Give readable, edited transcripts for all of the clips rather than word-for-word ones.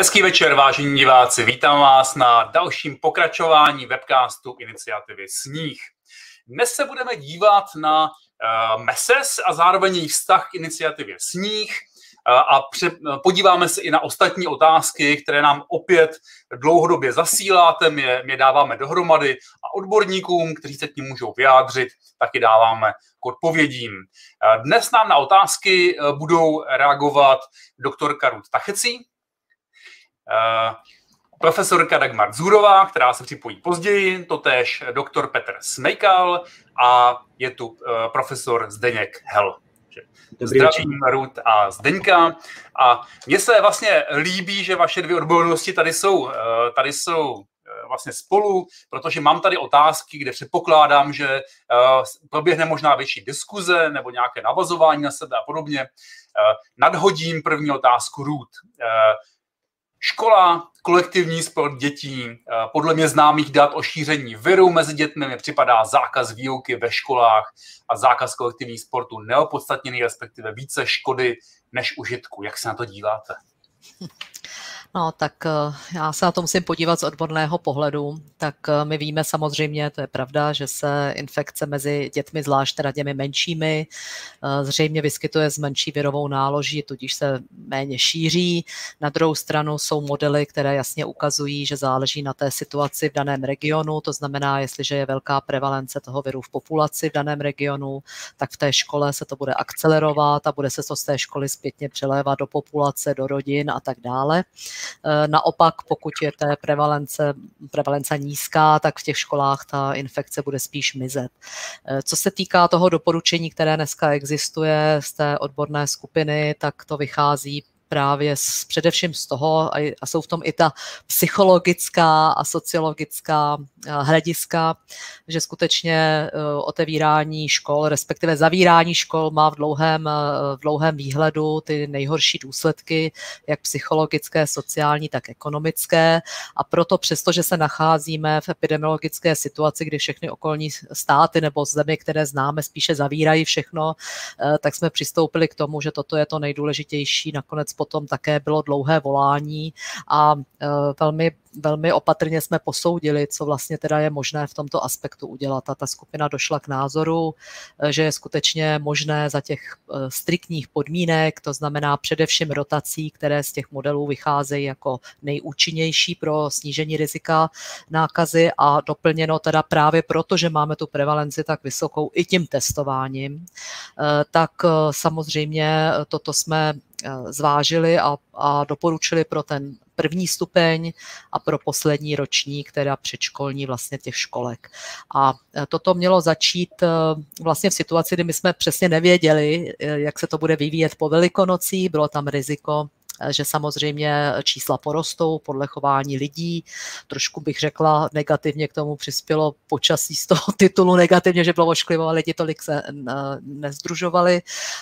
Hezký večer, vážení diváci. Vítám vás na dalším pokračování webcastu iniciativy Sníh. Dnes se budeme dívat na MESES a zároveň jejich vztah k iniciativě Sníh a podíváme se i na ostatní otázky, které nám opět dlouhodobě zasíláte, my je dáváme dohromady a odborníkům, kteří se k nim můžou vyjádřit, taky dáváme k odpovědím. Dnes nám na otázky budou reagovat doktorka Ruth Tachecí, profesorka Dagmar Dzurová, která se připojí později, totéž doktor Petr Smejkal a je tu profesor Zdeněk Hel. Zdravím Ruth a Zdeňka. A mně se vlastně líbí, že vaše dvě odbornosti tady jsou vlastně spolu, protože mám tady otázky, kde předpokládám, že proběhne možná větší diskuze nebo nějaké navazování na sebe a podobně. Nadhodím první otázku Ruth. Škola, kolektivní sport dětí, podle mě známých dat o šíření viru mezi dětmi mi připadá zákaz výuky ve školách a zákaz kolektivních sportů neopodstatněný, respektive více škody než užitku. Jak se na to díváte? No, tak já se na to musím podívat z odborného pohledu. Tak my víme samozřejmě, to je pravda, že se infekce mezi dětmi, zvlášť teda těmi menšími, zřejmě vyskytuje s menší virovou náloží, tudíž se méně šíří. Na druhou stranu jsou modely, které jasně ukazují, že záleží na té situaci v daném regionu, to znamená, jestliže je velká prevalence toho viru v populaci v daném regionu, tak v té škole se to bude akcelerovat a bude se to z té školy zpětně přelévat do populace, do rodin a tak dále. Naopak, pokud je té prevalence nízká, tak v těch školách ta infekce bude spíš mizet. Co se týká toho doporučení, které dneska existuje z té odborné skupiny, tak to vychází právě především z toho, a jsou v tom i ta psychologická a sociologická hlediska, že skutečně otevírání škol, respektive zavírání škol má v dlouhém výhledu ty nejhorší důsledky, jak psychologické, sociální, tak ekonomické. A proto přestože se nacházíme v epidemiologické situaci, kdy všechny okolní státy nebo země, které známe, spíše zavírají všechno, tak jsme přistoupili k tomu, že toto je to nejdůležitější. Nakonec potom také bylo dlouhé volání a velmi opatrně jsme posoudili, co vlastně teda je možné v tomto aspektu udělat. A ta skupina došla k názoru, že je skutečně možné za těch striktních podmínek, to znamená především rotací, které z těch modelů vycházejí jako nejúčinnější pro snížení rizika nákazy a doplněno teda právě proto, že máme tu prevalenci tak vysokou i tím testováním, tak samozřejmě toto jsme zvážili a doporučili pro ten první stupeň a pro poslední ročník, teda předškolní vlastně těch školek. A toto mělo začít vlastně v situaci, kdy my jsme přesně nevěděli, jak se to bude vyvíjet po Velikonocí, bylo tam riziko, že samozřejmě čísla porostou podle chování lidí. Trošku bych řekla, negativně k tomu přispělo počasí z toho titulu negativně, že bylo ošklivo a lidi tolik se nezdružovali.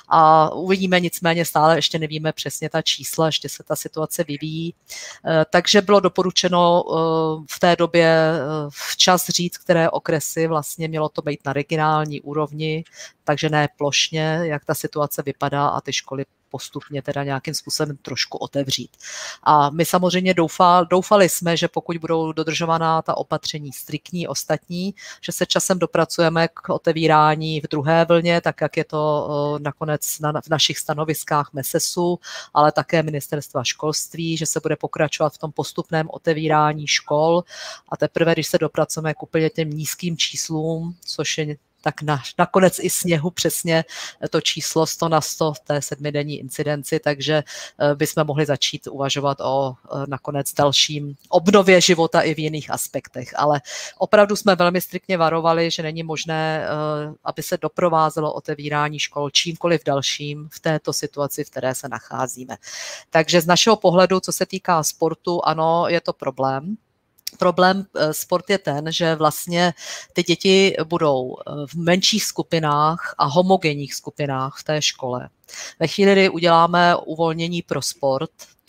A uvidíme, nicméně stále ještě nevíme přesně ta čísla, ještě se ta situace vyvíjí. Takže bylo doporučeno v té době včas říct, které okresy vlastně mělo to být na regionální úrovni, takže ne plošně, jak ta situace vypadá a ty školy postupně teda nějakým způsobem trošku otevřít. A my samozřejmě doufali jsme, že pokud budou dodržovaná ta opatření striktní ostatní, že se časem dopracujeme k otevírání v druhé vlně, tak jak je to nakonec v našich stanoviskách MESESu, ale také ministerstva školství, že se bude pokračovat v tom postupném otevírání škol a teprve, když se dopracujeme k úplně těm nízkým číslům, což je tak nakonec i sněhu přesně to číslo 100 na 100 v té 7denní incidenci, takže bychom mohli začít uvažovat o nakonec dalším obnově života i v jiných aspektech. Ale opravdu jsme velmi striktně varovali, že není možné, aby se doprovázelo otevírání škol čímkoliv dalším v této situaci, v které se nacházíme. Takže z našeho pohledu, co se týká sportu, ano, je to problém. Problém sport je ten, že vlastně ty děti budou v menších skupinách a homogenních skupinách v té škole. Ve chvíli, kdy uděláme uvolnění pro sport,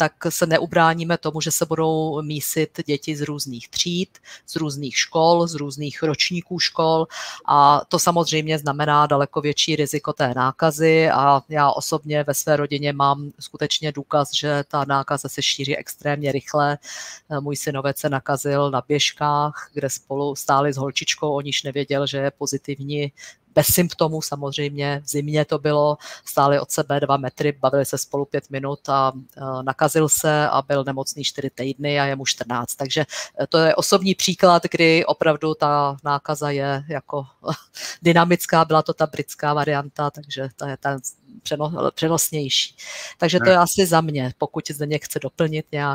tak se neubráníme tomu, že se budou mísit děti z různých tříd, z různých škol, z různých ročníků škol a to samozřejmě znamená daleko větší riziko té nákazy a já osobně ve své rodině mám skutečně důkaz, že ta nákaza se šíří extrémně rychle. Můj synovec se nakazil na běžkách, kde spolu stáli s holčičkou, o níž nevěděl, že je pozitivní, bez symptomů samozřejmě, v zimě to bylo, stáli od sebe 2 metry, bavili se spolu 5 minut a nakazil se a byl nemocný 4 týdny a je mu 14. Takže to je osobní příklad, kdy opravdu ta nákaza je jako dynamická, byla to ta britská varianta, takže ta je ta přenosnější. Takže to je asi za mě, pokud zde někdo chce doplnit nějak.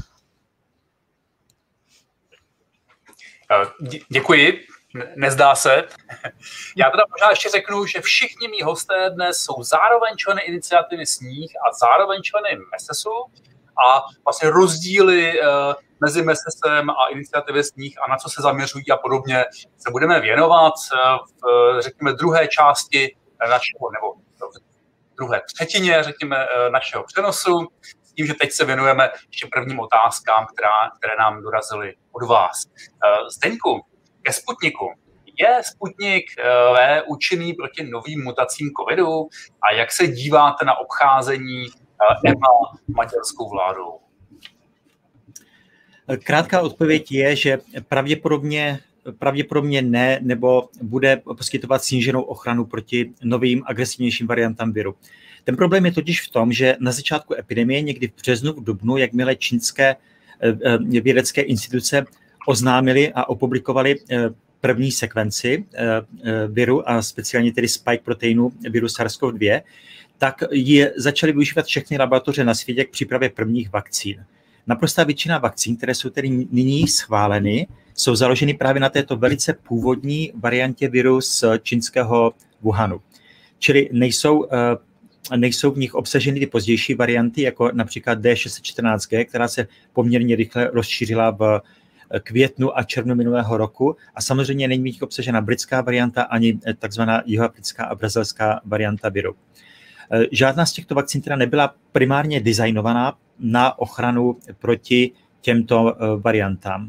Děkuji. Nezdá se. Já teda možná ještě řeknu, že všichni mí hosté dnes jsou zároveň členy iniciativy Sníh a zároveň členy MESESu a vlastně rozdíly mezi MESESem a iniciativy Sníh a na co se zaměřují a podobně se budeme věnovat v, řekněme, druhé části našeho, nebo v druhé třetině, řekněme, našeho přenosu, s tím, že teď se věnujeme ještě prvním otázkám, které nám dorazily od vás. Zdeňku, ke Sputniku. Je Sputnik V účinný proti novým mutacím covidu a jak se díváte na obcházení EMA maďarskou vládou? Krátká odpověď je, že pravděpodobně ne, nebo bude poskytovat sníženou ochranu proti novým agresivnějším variantám viru. Ten problém je totiž v tom, že na začátku epidemie, někdy v březnu, v dubnu, jakmile čínské vědecké instituce oznámili a opublikovali první sekvenci viru a speciálně tedy spike proteinu viru SARS-CoV-2, tak je začaly využívat všechny laboratoře na světě k přípravě prvních vakcín. Naprostá většina vakcín, které jsou tedy nyní schváleny, jsou založeny právě na této velice původní variantě viru z čínského Wuhanu. Čili nejsou v nich obsaženy ty pozdější varianty, jako například D614G, která se poměrně rychle rozšířila v květnu a červnu minulého roku a samozřejmě není v nich obsažena britská varianta ani takzvaná jihoafrická a brazilská varianta viru. Žádná z těchto vakcín teda nebyla primárně designovaná na ochranu proti těmto variantám.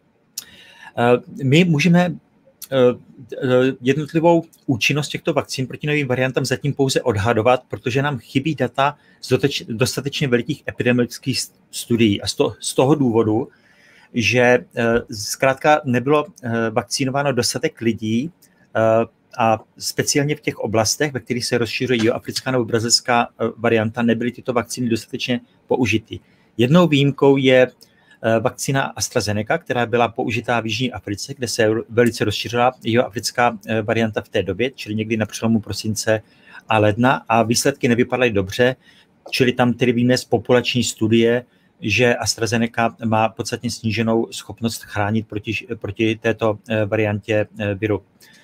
My můžeme jednotlivou účinnost těchto vakcín proti novým variantám zatím pouze odhadovat, protože nám chybí data z dostatečně velikých epidemiologických studií. A z toho důvodu, že zkrátka nebylo vakcínováno dostatek lidí a speciálně v těch oblastech, ve kterých se rozšiřuje jihoafrická nebo brazilská varianta, nebyly tyto vakcíny dostatečně použity. Jednou výjimkou je vakcína AstraZeneca, která byla použitá v Jižní Africe, kde se velice rozšířila jihoafrická varianta v té době, čili někdy na přelomu prosince a ledna, a výsledky nevypadaly dobře, čili tam tedy víme z populační studie, že AstraZeneca má podstatně sníženou schopnost chránit proti této variantě viru.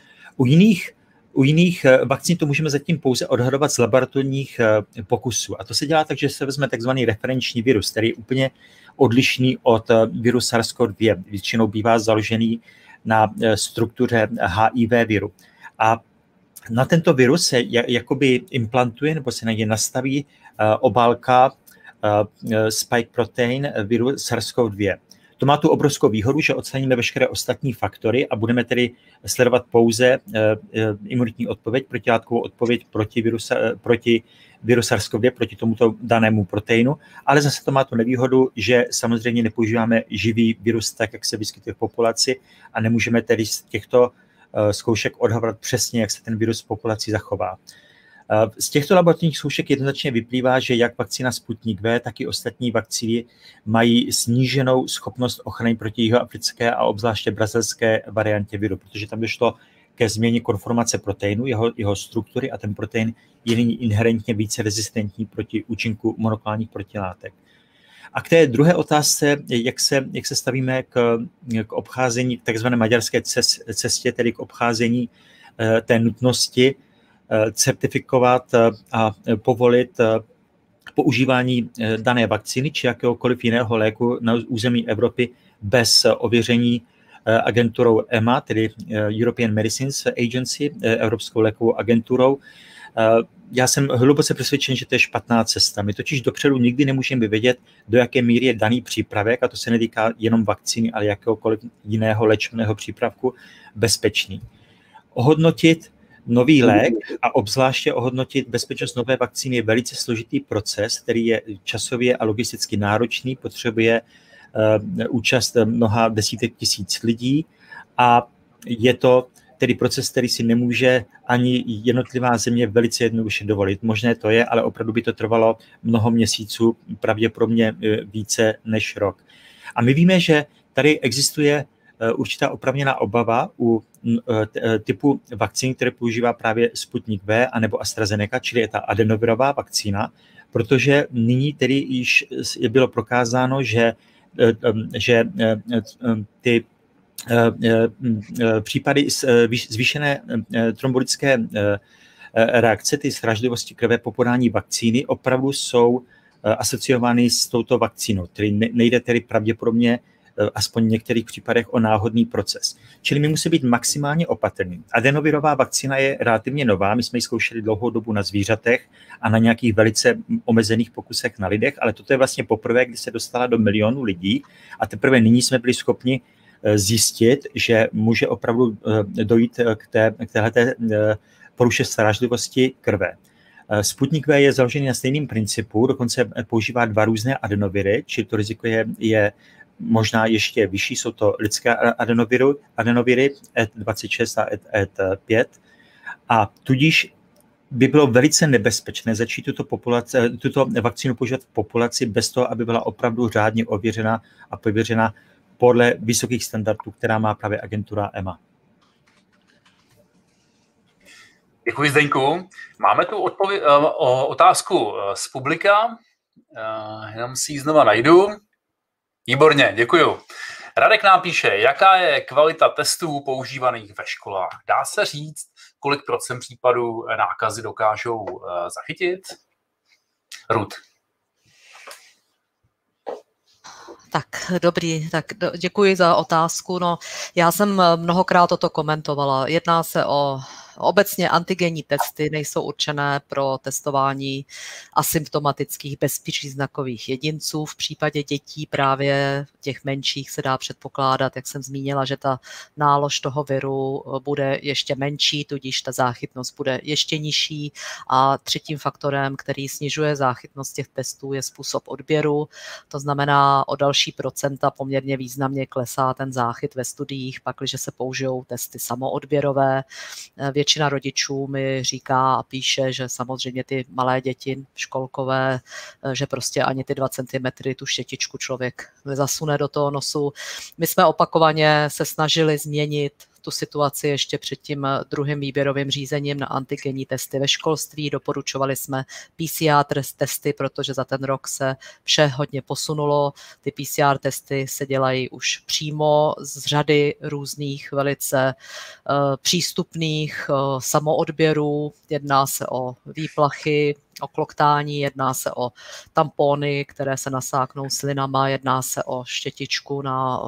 U jiných vakcín to můžeme zatím pouze odhadovat z laboratorních pokusů. A to se dělá tak, že se vezme takzvaný referenční virus, který je úplně odlišný od viru SARS-CoV-2. Většinou bývá založený na struktuře HIV viru. A na tento virus se jakoby implantuje nebo se na ně nastaví obálka spike protein viru SARS-CoV-2. To má tu obrovskou výhodu, že odstraníme veškeré ostatní faktory a budeme tedy sledovat pouze imunitní odpověď, protilátkovou odpověď proti viru SARS-CoV-2, proti tomuto danému proteinu, ale zase to má tu nevýhodu, že samozřejmě nepoužíváme živý virus tak, jak se vyskytuje v populaci a nemůžeme tedy z těchto zkoušek odhadovat přesně, jak se ten virus v populaci zachová. Z těchto laboratorních zkoušek jednoznačně vyplývá, že jak vakcína Sputnik V, tak i ostatní vakcíny mají sníženou schopnost ochrany proti jihoafrické a obzvláště brazilské variantě viru, protože tam došlo ke změně konformace proteinu, jeho struktury a ten protein je nyní inherentně více rezistentní proti účinku monoklonálních protilátek. A k té druhé otázce, jak se stavíme k obcházení, k takzvané maďarské cestě, tedy k obcházení té nutnosti certifikovat a povolit používání dané vakcíny či jakéhokoliv jiného léku na území Evropy bez ověření agenturou EMA, tedy European Medicines Agency, Evropskou lékovou agenturou. já jsem hluboce přesvědčen, že to je špatná cesta. My totiž dopředu nikdy nemůžeme vědět, do jaké míry je daný přípravek, a to se netýká jenom vakcíny, ale jakéhokoliv jiného léčebného přípravku, bezpečný. Ohodnotit nový lék a obzvláště ohodnotit bezpečnost nové vakcíny je velice složitý proces, který je časově a logisticky náročný, potřebuje účast mnoha desítek tisíc lidí a je to tedy proces, který si nemůže ani jednotlivá země velice jednoduše dovolit. Možné to je, ale opravdu by to trvalo mnoho měsíců, pravděpodobně více než rok. A my víme, že tady existuje určitá oprávněná obava u typu vakcín, které používá právě Sputnik V anebo AstraZeneca, čili je ta adenovirová vakcína, protože nyní tedy již bylo prokázáno, že ty případy zvýšené trombolické reakce, ty srážlivosti krve po podání vakcíny opravdu jsou asociovány s touto vakcínou, tedy nejde tedy pravděpodobně aspoň v některých případech o náhodný proces. Čili my musíme být maximálně opatrní. Adenovirová vakcína je relativně nová, my jsme ji zkoušeli dlouhou dobu na zvířatech a na nějakých velice omezených pokusech na lidech, ale toto je vlastně poprvé, kdy se dostala do milionů lidí a teprve nyní jsme byli schopni zjistit, že může opravdu dojít k téhleté poruše srážlivosti krve. Sputnik V je založený na stejném principu, dokonce používá 2 různé adenoviry, čili to riziko je možná ještě vyšší, jsou to lidské adenoviry ET26 a ET5 a tudíž by bylo velice nebezpečné začít tuto vakcínu používat v populaci bez toho, aby byla opravdu řádně ověřena a pověřena podle vysokých standardů, která má právě agentura EMA. Děkuji, Zdeňku. Máme tu otázku z publika. Jenom si ji znova najdu. Výborně, děkuju. Radek nám píše, jaká je kvalita testů používaných ve školách. Dá se říct, kolik procent případů nákazy dokážou zachytit? Ruth. Tak dobrý, tak děkuji za otázku. No, já jsem mnohokrát toto komentovala. Jedná se o obecně antigenní testy, nejsou určené pro testování asymptomatických bezpříznakových jedinců. V případě dětí právě těch menších se dá předpokládat, jak jsem zmínila, že ta nálož toho viru bude ještě menší, tudíž ta záchytnost bude ještě nižší. A třetím faktorem, který snižuje záchytnost těch testů, je způsob odběru. To znamená, o další procenta poměrně významně klesá ten záchyt ve studiích, pakliže se použijou testy samoodběrové. Většina rodičů mi říká a píše, že samozřejmě ty malé děti školkové, že prostě ani ty 2 cm tu štětičku člověk nezasune do toho nosu. My jsme opakovaně se snažili změnit tu situaci ještě před tím druhým výběrovým řízením na antigenní testy ve školství. Doporučovali jsme PCR testy, protože za ten rok se vše hodně posunulo. Ty PCR testy se dělají už přímo z řady různých velice přístupných samoodběrů. Jedná se o výplachy, o kloktání, jedná se o tampony, které se nasáknou slinama, jedná se o štětičku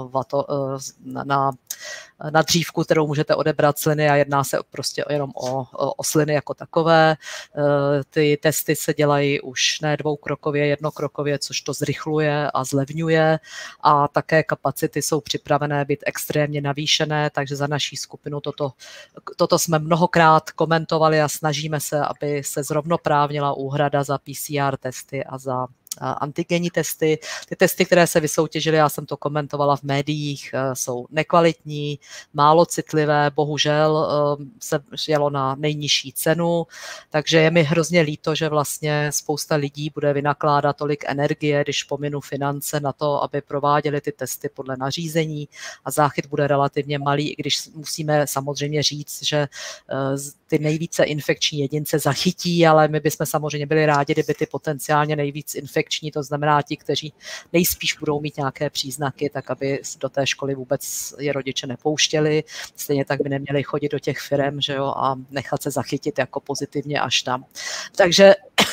na dřívku, kterou můžete odebrat sliny a jedná se prostě jenom o sliny jako takové. Ty testy se dělají už ne dvoukrokově, jednokrokově, což to zrychluje a zlevňuje a také kapacity jsou připravené být extrémně navýšené, takže za naší skupinu toto jsme mnohokrát komentovali a snažíme se, aby se zrovnoprávnila úhrada za PCR testy a za antigenní testy. Ty testy, které se vysoutěžily, já jsem to komentovala v médiích, jsou nekvalitní, málo citlivé, bohužel se jelo na nejnižší cenu, takže je mi hrozně líto, že vlastně spousta lidí bude vynakládat tolik energie, když pominu finance na to, aby prováděli ty testy podle nařízení a záchyt bude relativně malý, i když musíme samozřejmě říct, že ty nejvíce infekční jedince zachytí, ale my bychom samozřejmě byli rádi, kdyby ty potenciálně nejvíc infekční, to znamená ti, kteří nejspíš budou mít nějaké příznaky, tak aby do té školy vůbec je rodiče nepouštěli. Stejně tak by neměli chodit do těch firem, že jo, a nechat se zachytit jako pozitivně až tam. Takže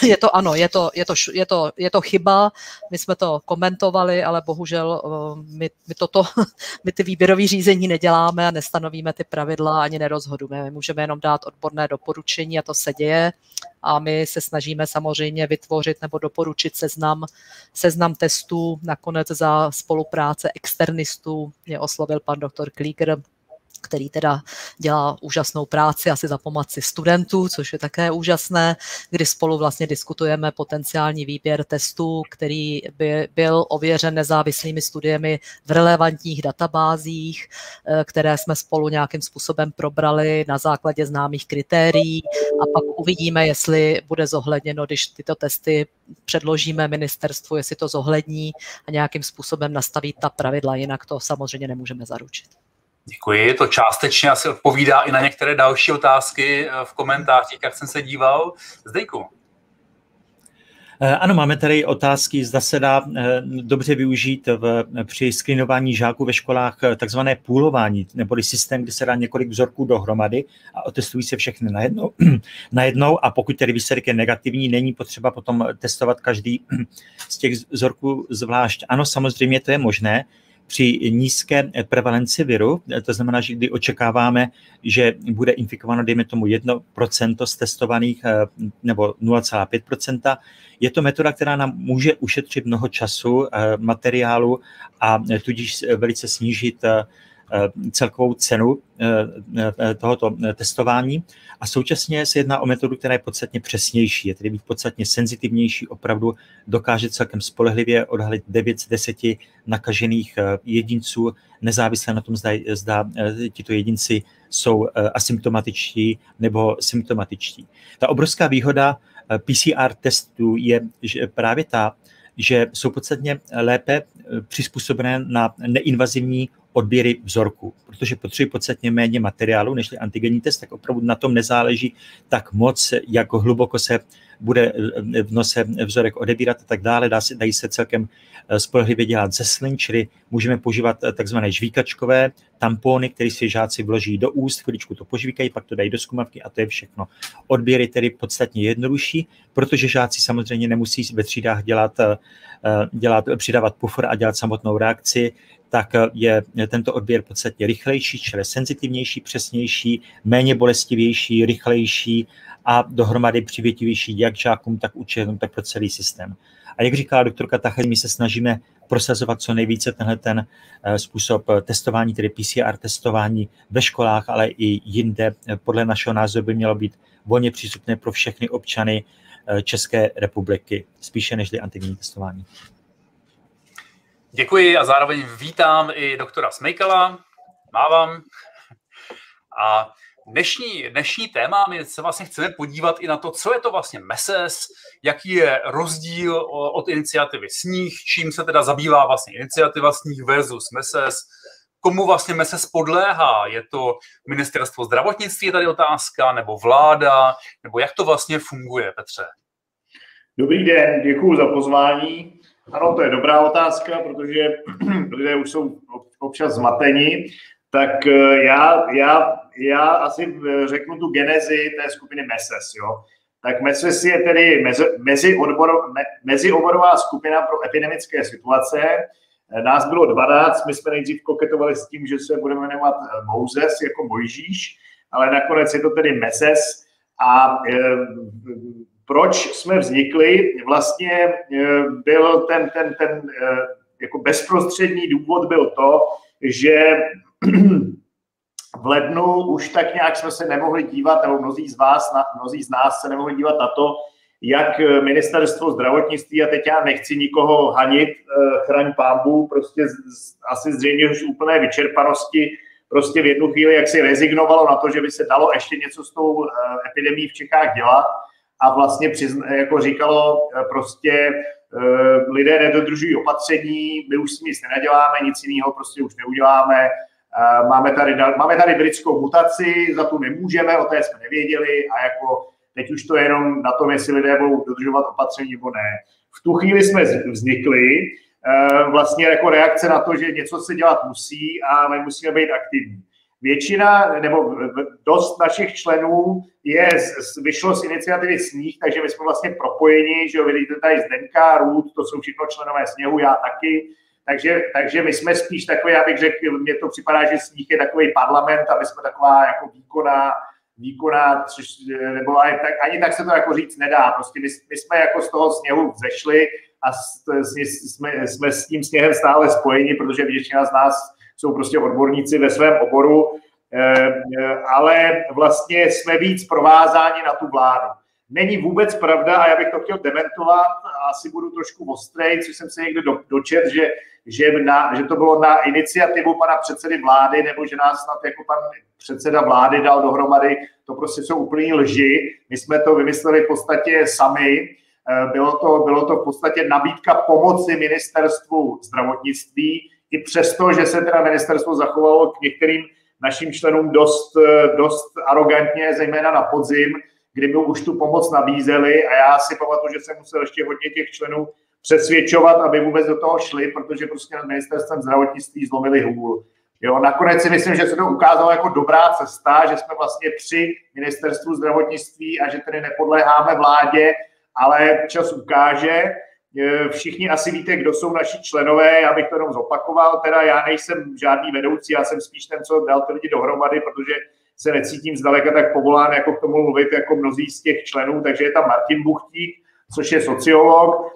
je to chyba, my jsme to komentovali, ale bohužel my ty výběrové řízení neděláme a nestanovíme ty pravidla ani nerozhodujeme. My můžeme jenom dát odborné doporučení a to se děje a my se snažíme samozřejmě vytvořit nebo doporučit seznam testů. Nakonec za spolupráce externistů mě oslovil pan doktor Klíger, který teda dělá úžasnou práci asi za pomoci studentů, což je také úžasné, kdy spolu vlastně diskutujeme potenciální výběr testů, který by byl ověřen nezávislými studiemi v relevantních databázích, které jsme spolu nějakým způsobem probrali na základě známých kritérií a pak uvidíme, jestli bude zohledněno, když tyto testy předložíme ministerstvu, jestli to zohlední a nějakým způsobem nastaví ta pravidla, jinak to samozřejmě nemůžeme zaručit. Děkuji, to částečně asi odpovídá i na některé další otázky v komentářích, jak jsem se díval. Zdeňku. Ano, máme tady otázky, zda se dá dobře využít při screenování žáků ve školách takzvané poolování, neboli systém, kde se dá několik vzorků dohromady a otestují se všechny najednou a pokud tedy výsledek je negativní, není potřeba potom testovat každý z těch vzorků zvlášť. Ano, samozřejmě to je možné. Při nízké prevalenci viru, to znamená, že kdy očekáváme, že bude infikováno, dejme tomu 1% z testovaných nebo 0,5%, je to metoda, která nám může ušetřit mnoho času, materiálu a tudíž velice snížit celkovou cenu tohoto testování a současně se jedná o metodu, která je podstatně přesnější, je tedy být podstatně senzitivnější, opravdu dokáže celkem spolehlivě odhalit 9 z 10 nakažených jedinců, nezávisle na tom, zda tito jedinci jsou asymptomatičtí nebo symptomatičtí. Ta obrovská výhoda PCR testů je právě ta, že jsou podstatně lépe přizpůsobené na neinvazivní odběry vzorku, protože potřebují podstatně méně materiálu než antigenní test, tak opravdu na tom nezáleží tak moc, jak hluboko se bude v nose vzorek odebírat a tak dále. Dají se celkem spolehlivě dělat ze slin, čili můžeme používat takzvané žvíkačkové tampony, které si žáci vloží do úst, chviličku to požvíkají, pak to dají do zkumavky a to je všechno. Odběr je tedy podstatně jednodušší, protože žáci samozřejmě nemusí ve třídách přidávat puffer a dělat samotnou reakci, tak je tento odběr podstatně rychlejší, čili senzitivnější, přesnější, méně bolestivější, rychlejší a dohromady přivětivější jak žákům, tak učitelům, tak pro celý systém. A jak říkala doktorka Tacheli, my se snažíme prosazovat co nejvíce ten způsob testování, tedy PCR testování ve školách, ale i jinde. Podle našeho názoru by mělo být volně přístupné pro všechny občany České republiky, spíše než antigenní testování. Děkuji a zároveň vítám i doktora Smejkala. Mávám. A dnešní téma, my se vlastně chceme podívat i na to, co je to vlastně MESES, jaký je rozdíl od iniciativy Sníh, čím se teda zabývá vlastně iniciativa Sníh versus MESES, komu vlastně MESES podléhá, je to ministerstvo zdravotnictví, je tady otázka, nebo vláda, nebo jak to vlastně funguje, Petře? Dobrý den, děkuji za pozvání. Ano, to je dobrá otázka, protože lidé už jsou občas zmateni. Tak já asi řeknu tu genezi té skupiny MESES. Jo? Tak MESES je tedy mezioborová skupina pro epidemické situace. Nás bylo 12, my jsme nejdřív koketovali s tím, že se budeme jmenovat Moses jako Mojžíš, ale nakonec je to tedy MESES. A proč jsme vznikli? Vlastně byl ten jako bezprostřední důvod byl to, že v lednu už tak nějak jsme se nemohli dívat, nebo mnozí z nás se nemohli dívat na to, jak ministerstvo zdravotnictví, a teď já nechci nikoho hanit, chraň pánbůh, prostě asi zřejmě už úplné vyčerpanosti, prostě v jednu chvíli jak si rezignovalo na to, že by se dalo ještě něco s tou epidemií v Čechách dělat a vlastně jako říkalo prostě lidé nedodržují opatření, my už s tím nic nenaděláme, nic jiného prostě už neuděláme. Máme tady britskou mutaci, za tu nemůžeme, o té jsme nevěděli a jako teď už to je jenom na tom, jestli lidé budou dodržovat opatření nebo ne. V tu chvíli jsme vznikli vlastně jako reakce na to, že něco se dělat musí a my musíme být aktivní. většina nebo dost našich členů vyšlo z iniciativy Sníh, takže my jsme vlastně propojeni, že jo, vidíte tady Zdeňka, Ruth, to jsou všechno členové Sněhu, já taky, takže my jsme spíš takový, já bych řekl, mně to připadá, že Sníh je takový parlament a my jsme taková jako výkonná, nebo ani tak se to jako říct nedá, prostě my jsme jako z toho Sněhu vzešli a jsme s tím Sněhem stále spojeni, protože většina z nás jsou prostě odborníci ve svém oboru, ale vlastně jsme víc provázáni na tu vládu. Není vůbec pravda, a já bych to chtěl dementovat, asi budu trošku ostrej, což jsem se někde dočet, že to bylo na iniciativu pana předsedy vlády, nebo že nás snad jako pan předseda vlády dal dohromady, to prostě jsou úplný lži. My jsme to vymysleli v podstatě sami. Bylo to v podstatě nabídka pomoci ministerstvu zdravotnictví, i přesto, že se teda ministerstvo zachovalo k některým našim členům dost arrogantně, zejména na podzim, kdy mi už tu pomoc nabízeli a já si pamatuju, že jsem musel ještě hodně těch členů přesvědčovat, aby vůbec do toho šli, protože prostě nad ministerstvem zdravotnictví zlomili hůl. Jo, nakonec si myslím, že se to ukázalo jako dobrá cesta, že jsme vlastně při ministerstvu zdravotnictví a že tedy nepodléháme vládě, ale čas ukáže. Všichni asi víte, kdo jsou naši členové, já bych to jenom zopakoval, teda já nejsem žádný vedoucí, já jsem spíš ten, co dal ty lidi dohromady, protože se necítím zdaleka tak povolán, jako k tomu mluvit, jako mnozí z těch členů, takže je tam Martin Buchtík, což je sociolog,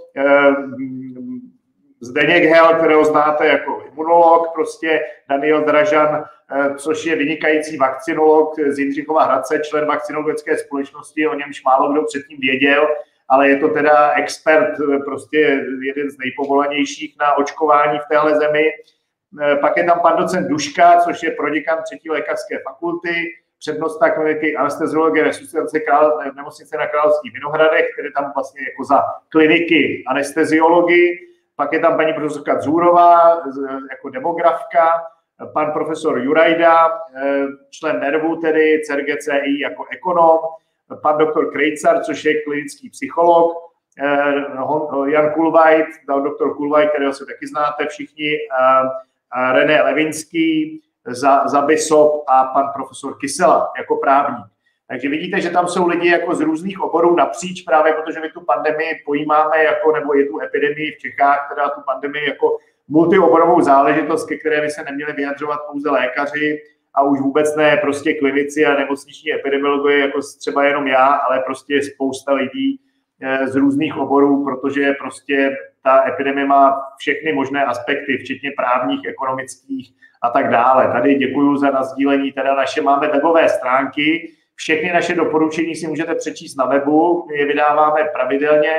Zdeněk Hel, kterého znáte jako imunolog, prostě Daniel Dražan, což je vynikající vakcinolog z Jindřichova Hradce, člen vakcinologické společnosti, o němž málo kdo předtím věděl, ale je to teda expert, prostě jeden z nejpovolanějších na očkování v téhle zemi. Pak je tam pan docent Duška, což je proděkan 3. lékařské fakulty, přednosta kliniky anesteziologie resuscitace nemocnice na Královských Vinohradech, který tam vlastně jako za kliniky anesteziologii. Pak je tam paní profesorka Zůrová jako demografka, pan profesor Jurajda, člen NERVu, tedy CERGCI jako ekonom, pan doktor Krejcar, což je klinický psycholog, Jan Kulvajt, doktor Kulvajt, kterého se taky znáte všichni, René Levinský za BISOP a pan profesor Kysela jako právník. Takže vidíte, že tam jsou lidi jako z různých oborů napříč, právě protože my tu pandemii pojímáme, jako, nebo je tu epidemii v Čechách, teda tu pandemii jako multioborovou záležitost, ke které by se neměli vyjadřovat pouze lékaři a už vůbec ne prostě klinici a nemocniční epidemiologie, jako třeba jenom já, ale prostě spousta lidí z různých oborů, protože prostě ta epidemie má všechny možné aspekty, včetně právních, ekonomických a tak dále. Tady děkuju za nasdílení, teda máme webové stránky, všechny naše doporučení si můžete přečíst na webu, my je vydáváme pravidelně,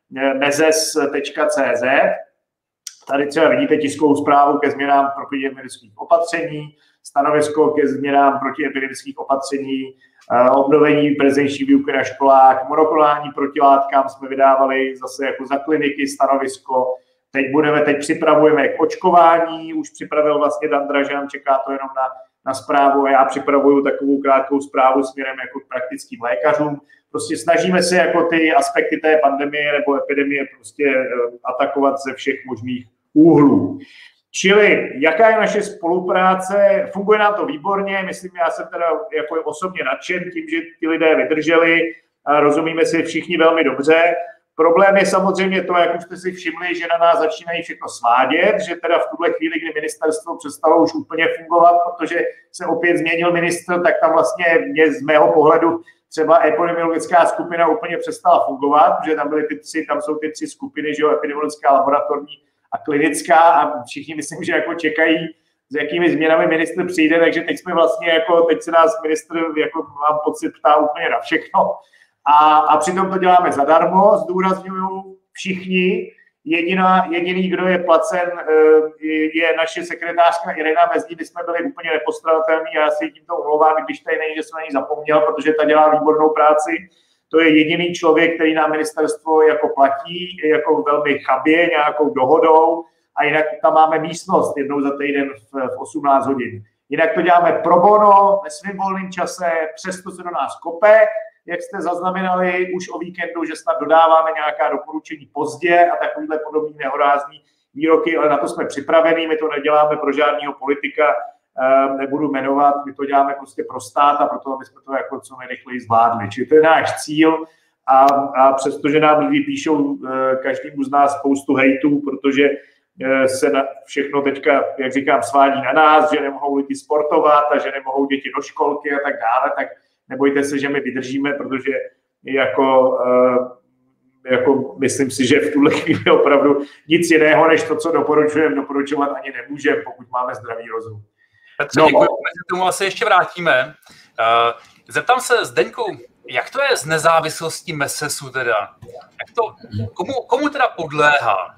mezes.cz. Tady třeba vidíte tiskovou zprávu ke změnám protiepidemických opatření, stanovisko ke změnám protiepidemických opatření, obnovení prezenční výuky na školách, monoklonální protilátkám jsme vydávali zase jako za kliniky stanovisko. Teď připravujeme k očkování, už připravil vlastně Dan Dražan, čeká to jenom na zprávu a já připravuju takovou krátkou zprávu směrem jako k praktickým lékařům. Prostě snažíme se jako ty aspekty té pandemie nebo epidemie prostě atakovat ze všech možných úhlů. Čili jaká je naše spolupráce? Funguje nám to výborně, myslím, já jsem teda jako osobně nadšen tím, že ty lidé vydrželi a rozumíme si všichni velmi dobře. Problém je samozřejmě to, jak už jste si všimli, že na nás začínají všechno svádět, že teda v tuhle chvíli, kdy ministerstvo přestalo už úplně fungovat, protože se opět změnil ministr, tak tam vlastně z mého pohledu třeba epidemiologická skupina úplně přestala fungovat, protože tam jsou ty tři skupiny, že jo, epidemiologická, laboratorní a klinická a všichni myslím, že jako čekají, s jakými změnami ministr přijde, takže teď jsme vlastně jako, teď se nás ministr, jako mám pocit, ptá úplně na všechno. A přitom to děláme zadarmo, zdůrazňuju všichni. Jediný, kdo je placen, je naše sekretářka Irena, bez ní jsme byli úplně nepostradatelní a já si tímto omlouvám, když tady není, že jsem na ní zapomněl, protože ta dělá výbornou práci. To je jediný člověk, který nám ministerstvo jako platí, jako velmi chabě, nějakou dohodou a jinak tam máme místnost jednou za týden v 18 hodin. Jinak to děláme pro bono, ve svém volném čase, přesto se do nás kope, jak jste zaznamenali už o víkendu, že snad dodáváme nějaká doporučení pozdě a takovýhle podobný nehorázný výroky, ale na to jsme připravení, my to neděláme pro žádného politika, nebudu jmenovat, my to děláme prostě pro stát a proto, aby jsme to jako co nejrychleji zvládli. Čili to je náš cíl a přestože nám lidi píšou každému z nás spoustu hejtů, protože se všechno teďka, jak říkám, svádí na nás, že nemohou lidi sportovat a že nemohou děti do školky a tak dále, tak nebojte se, že my vydržíme, protože jako myslím si, že v tuhle chvíli opravdu nic jiného, než to, co doporučujeme, doporučovat ani nemůžeme, pokud máme zdravý rozum. Petře, děkuji, my k tomu asi ještě vrátíme. Zeptám se, Zdeňku, jak to je s nezávislostí MESESu teda? Komu teda podléhá?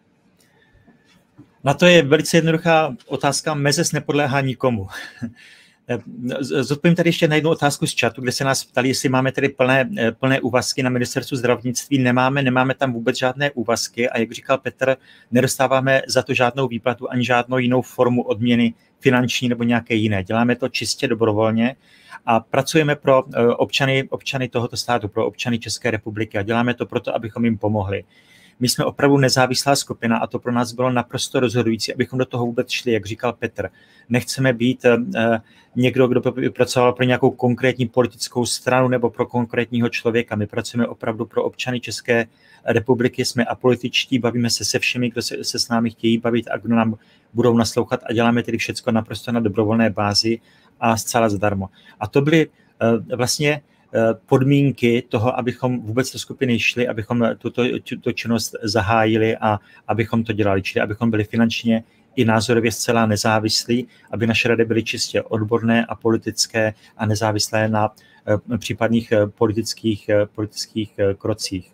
Na to je velice jednoduchá otázka. MESES nepodléhá nikomu. Zodpovím tady ještě na jednu otázku z chatu, kde se nás ptali, jestli máme tedy plné úvazky na ministerstvu zdravotnictví. Nemáme tam vůbec žádné úvazky a jak říkal Petr, nedostáváme za to žádnou výplatu ani žádnou jinou formu odměny finanční nebo nějaké jiné. Děláme to čistě dobrovolně a pracujeme pro občany tohoto státu, pro občany České republiky a děláme to proto, abychom jim pomohli. My jsme opravdu nezávislá skupina a to pro nás bylo naprosto rozhodující, abychom do toho vůbec šli, jak říkal Petr. Nechceme být někdo, kdo by pracoval pro nějakou konkrétní politickou stranu nebo pro konkrétního člověka. My pracujeme opravdu pro občany České republiky, jsme apolitičtí, bavíme se se všemi, kdo se s námi chtějí bavit a kdo nám budou naslouchat a děláme tedy všecko naprosto na dobrovolné bázi a zcela zadarmo. A to byly vlastně podmínky toho, abychom vůbec do skupiny šli, abychom tuto činnost zahájili a abychom to dělali, čili abychom byli finančně i názorově zcela nezávislí, aby naše rady byly čistě odborné a politické a nezávislé na případných politických krocích.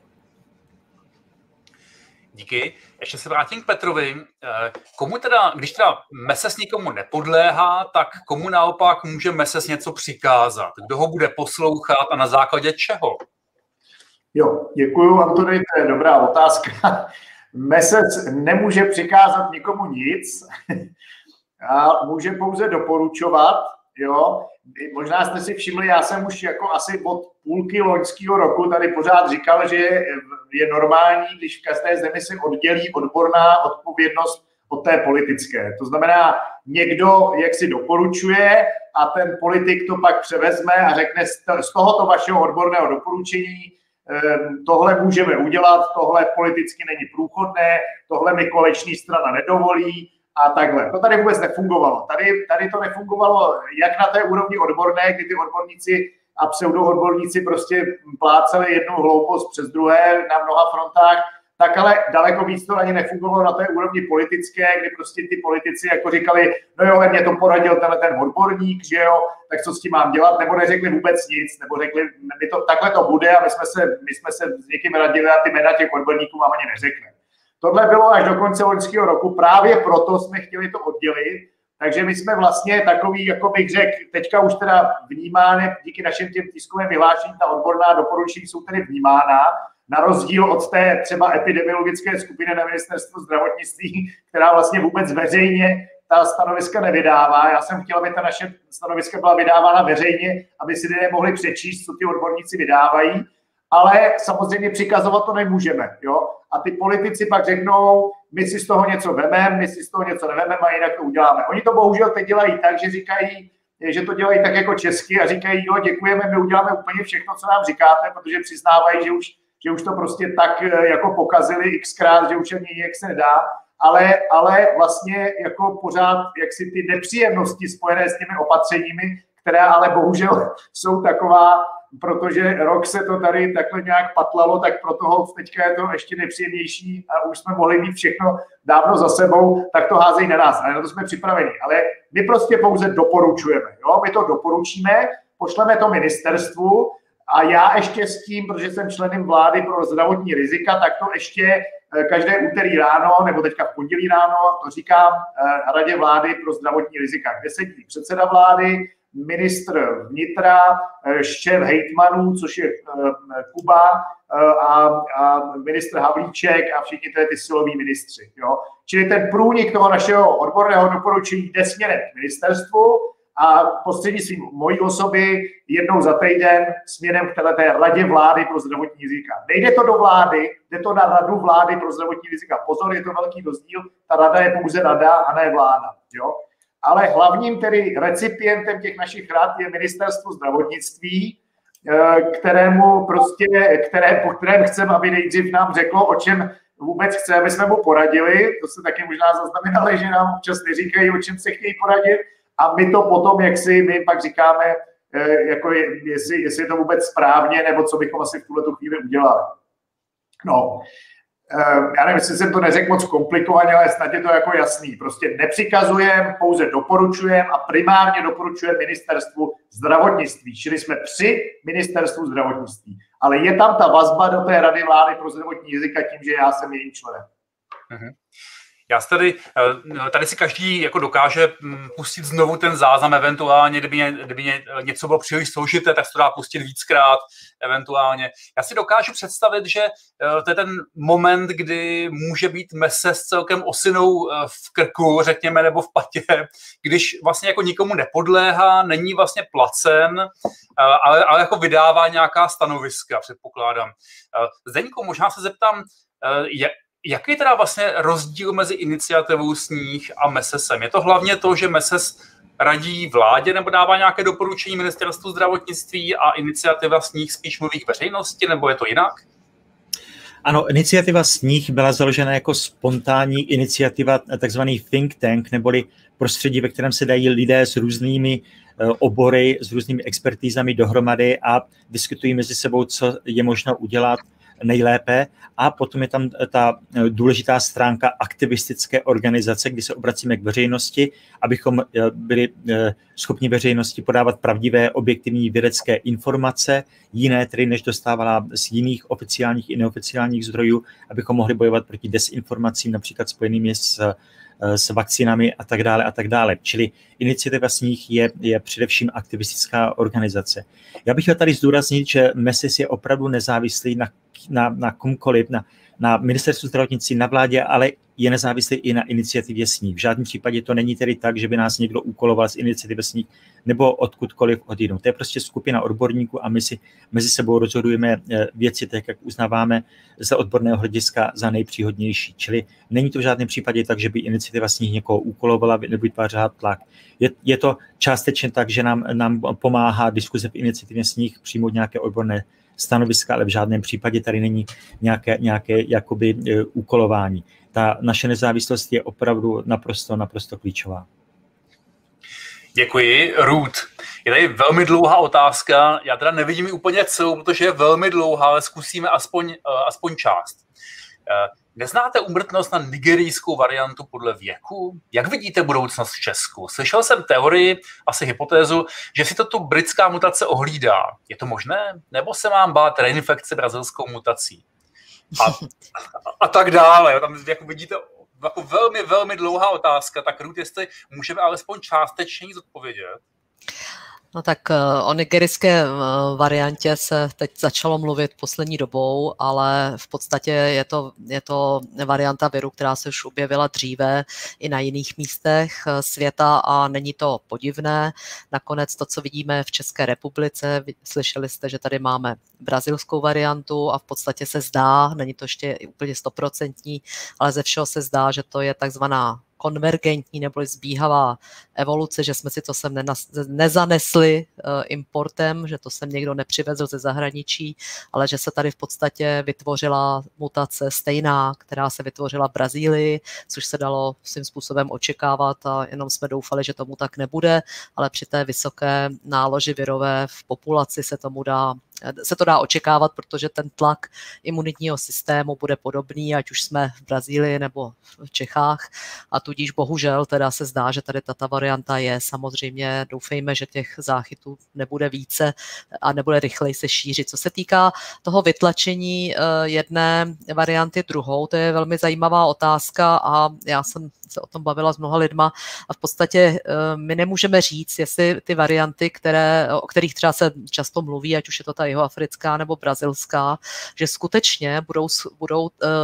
Díky. Ještě se vrátím k Petrovi. Komu teda, když teda MESES nikomu nepodléhá, tak komu naopak může MESES něco přikázat? Kdo ho bude poslouchat a na základě čeho? Jo, děkuju, Antony, to je dobrá otázka. MESES nemůže přikázat nikomu nic a může pouze doporučovat, jo. Možná jste si všimli, já jsem už jako asi od půlky loňského roku tady pořád říkal, že je normální, když v každé zemi se oddělí odborná odpovědnost od té politické. To znamená, někdo jak si doporučuje a ten politik to pak převezme a řekne z tohoto vašeho odborného doporučení tohle můžeme udělat, tohle politicky není průchodné, tohle mi koaliční strana nedovolí, a takhle. To tady vůbec nefungovalo. Tady to nefungovalo jak na té úrovni odborné, kdy ty odborníci a pseudoodborníci prostě pláceli jednu hloupost přes druhé na mnoha frontách, tak ale daleko víc to ani nefungovalo na té úrovni politické, kdy prostě ty politici jako říkali, no jo, mě to poradil ten odborník, že jo, tak co s tím mám dělat, nebo neřekli vůbec nic, nebo řekli, takhle to bude a my jsme se s někým radili a ty jména těch odborníků vám ani neřekneme. Tohle bylo až do konce loňského roku, právě proto jsme chtěli to oddělit, takže my jsme vlastně takový, jako bych řekl, teďka už teda vnímáme, díky našim těm tiskovým vyhlášením, ta odborná doporučení jsou tedy vnímána, na rozdíl od té třeba epidemiologické skupiny na ministerstvu zdravotnictví, která vlastně vůbec veřejně ta stanoviska nevydává. Já jsem chtěl, aby ta naše stanoviska byla vydávána veřejně, aby si lidé mohli přečíst, co ty odborníci vydávají, ale samozřejmě přikazovat to nemůžeme, jo. A ty politici pak řeknou, my si z toho něco vememe, my si z toho něco nevememe a jinak to uděláme. Oni to bohužel teď dělají tak, že říkají, že to dělají tak jako česky a říkají, jo, děkujeme, my uděláme úplně všechno, co nám říkáte, protože přiznávají, že už to prostě tak jako pokazili xkrát, že už ani jak se nedá, ale vlastně jako pořád jaksi ty nepříjemnosti spojené s těmi opatřeními, které ale bohužel jsou taková, protože rok se to tady takhle nějak patlalo, tak pro toho teďka je to ještě nepříjemnější a už jsme mohli mít všechno dávno za sebou, tak to házejí na nás. A na to jsme připraveni. Ale my prostě pouze doporučujeme. Jo? My to doporučíme, pošleme to ministerstvu a já ještě s tím, protože jsem členem vlády pro zdravotní rizika, tak to ještě každé úterý ráno, nebo teďka v pondělí ráno, to říkám Radě vlády pro zdravotní rizika, kde sedí předseda vlády, ministr vnitra, šéf hejtmanů, což je Kuba a ministr Havlíček a všichni ty siloví ministři. Jo? Čili ten průnik toho našeho odborného doporučení jde směrem k ministerstvu a prostřednictvím mojí osoby jednou za týden směrem k té Radě vlády pro zdravotní rizika. Nejde to do vlády, jde to na Radu vlády pro zdravotní rizika. Pozor, je to velký rozdíl, ta rada je pouze rada a ne vláda. Jo? ale hlavním tedy recipientem těch našich rad je ministerstvo zdravotnictví, po kterém chceme, aby nejdřív nám řeklo, o čem vůbec chce, aby jsme mu poradili. To se taky možná zaznamenali, že nám občas neříkají, o čem se chtějí poradit. A my to potom, my jim pak říkáme, jako jestli je to vůbec správně, nebo co bychom asi v tuhle chvíli udělali. No, já nevím, jestli jsem to neřekl moc komplikovaně, ale snad je to jako jasný. Prostě nepřikazujeme, pouze doporučujeme a primárně doporučujeme ministerstvu zdravotnictví. Čili jsme při ministerstvu zdravotnictví. Ale je tam ta vazba do té Rady vlády pro zdravotní rizika tím, že já jsem jejím členem. Já tady si každý jako dokáže pustit znovu ten záznam, eventuálně, kdyby něco bylo příliš složité, tak se to dá pustit víckrát, eventuálně. Já si dokážu představit, že to je ten moment, kdy může být mese s celkem osinou v krku, řekněme, nebo v patě, když vlastně jako nikomu nepodléhá, není vlastně placen, ale jako vydává nějaká stanoviska, předpokládám. Zdeňku, možná se zeptám, jaký je teda vlastně rozdíl mezi iniciativou Sníh a MESESem? Je to hlavně to, že MESES radí vládě nebo dává nějaké doporučení ministerstvu zdravotnictví a iniciativa Sníh spíš mluví k veřejnosti, nebo je to jinak? Ano, iniciativa Sníh byla založena jako spontánní iniciativa, takzvaný think tank, neboli prostředí, ve kterém se dají lidé s různými obory, s různými expertízami dohromady a diskutují mezi sebou, co je možno udělat nejlépe. A potom je tam ta důležitá stránka aktivistické organizace, kdy se obracíme k veřejnosti, abychom byli schopni veřejnosti podávat pravdivé, objektivní vědecké informace, jiné tedy, než dostávala z jiných oficiálních i neoficiálních zdrojů, abychom mohli bojovat proti desinformacím, například spojenými s vakcínami a tak dále a tak dále. Čili iniciativa Sníh je především aktivistická organizace. Já bych chtěl tady zdůraznit, že MESES je opravdu nezávislý na komkoliv, na ministerstvu zdravotnictví, na vládě, ale je nezávislý i na iniciativě Sníh. V žádném případě to není tedy tak, že by nás někdo úkoloval z iniciativy Sníh nebo odkudkoliv odjinou. To je prostě skupina odborníků a my si mezi sebou rozhodujeme věci tak, jak uznáváme z odborného hlediska za nejpříhodnější. Čili není to v žádném případě tak, že by iniciativa Sníh někoho úkolovala nebo vytvářela tlak. Je to částečně tak, že nám pomáhá diskuze v iniciativě Sníh přijmout nějaké odborné stanoviska, ale v žádném případě tady není nějaké jakoby úkolování. Ta naše nezávislost je opravdu naprosto klíčová. Děkuji. Ruth, je tady velmi dlouhá otázka. Já teda nevidím ji úplně celou, protože je velmi dlouhá, ale zkusíme aspoň část. Neznáte úmrtnost na nigerijskou variantu podle věku? Jak vidíte budoucnost v Česku? Slyšel jsem teorii, asi hypotézu, že si to tu britská mutace ohlídá. Je to možné? Nebo se mám bát reinfekce brazilskou mutací? A tak dále. Tam jako vidíte jako velmi, velmi dlouhá otázka. Tak Ruth, jestli můžeme alespoň částečně ji zodpovědět. No tak o nigerijské variantě se teď začalo mluvit poslední dobou, ale v podstatě je to varianta viru, která se už objevila dříve i na jiných místech světa a není to podivné. Nakonec to, co vidíme v České republice, slyšeli jste, že tady máme brazilskou variantu a v podstatě se zdá, není to ještě úplně 100%, ale ze všeho se zdá, že to je takzvaná konvergentní nebo zbíhavá evoluce, že jsme si to sem nezanesli importem, že to sem někdo nepřivezl ze zahraničí, ale že se tady v podstatě vytvořila mutace stejná, která se vytvořila v Brazílii, což se dalo svým způsobem očekávat a jenom jsme doufali, že tomu tak nebude, ale při té vysoké náloži virové v populaci se to dá očekávat, protože ten tlak imunitního systému bude podobný, ať už jsme v Brazílii nebo v Čechách a tudíž bohužel teda se zdá, že tady tato varianta je. Samozřejmě doufejme, že těch záchytů nebude více a nebude rychleji se šířit. Co se týká toho vytlačení jedné varianty druhou, to je velmi zajímavá otázka a já jsem se o tom bavila s mnoha lidma a v podstatě my nemůžeme říct, jestli ty varianty, o kterých třeba se často mluví, ať už je to ta jihoafrická nebo brazilská, že skutečně budou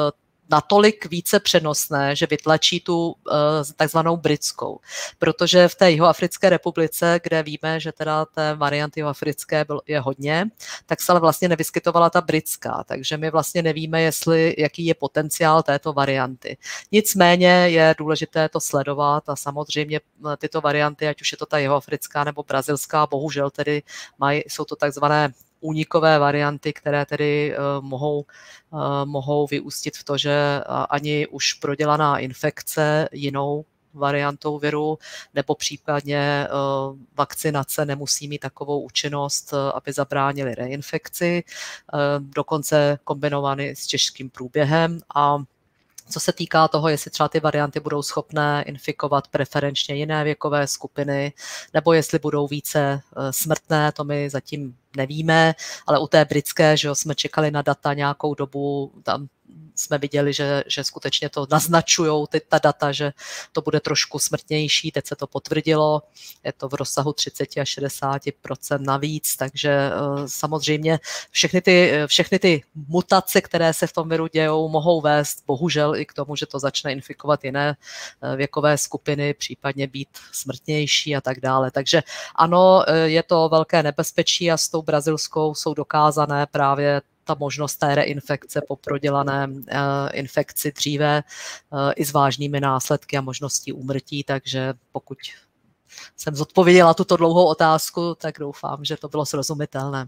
natolik více přenosné, že vytlačí tu takzvanou britskou. Protože v té Jihoafrické republice, kde víme, že teda té varianty jihoafrické je hodně, tak se ale vlastně nevyskytovala ta britská. Takže my vlastně nevíme, jaký je potenciál této varianty. Nicméně je důležité to sledovat a samozřejmě tyto varianty, ať už je to ta jihoafrická nebo brazilská, bohužel tedy jsou to takzvané únikové varianty, které tedy mohou vyústit v to, že ani už prodělaná infekce jinou variantou viru nebo případně vakcinace nemusí mít takovou účinnost, aby zabránili reinfekci, dokonce kombinovaný s těžkým průběhem. A co se týká toho, jestli třeba ty varianty budou schopné infikovat preferenčně jiné věkové skupiny, nebo jestli budou více smrtné, to my zatím nevíme, ale u té britské, že jsme čekali na data nějakou dobu, tam jsme viděli, že skutečně to naznačují ta data, že to bude trošku smrtnější, teď se to potvrdilo, je to v rozsahu 30 až 60% navíc, takže samozřejmě všechny ty mutace, které se v tom viru dějou, mohou vést bohužel i k tomu, že to začne infikovat jiné věkové skupiny, případně být smrtnější a tak dále. Takže ano, je to velké nebezpečí a s tou brazilskou jsou dokázané právě ta možnost té reinfekce po prodělané infekci dříve i s vážnými následky a možností úmrtí, takže pokud jsem zodpověděla tuto dlouhou otázku, tak doufám, že to bylo srozumitelné.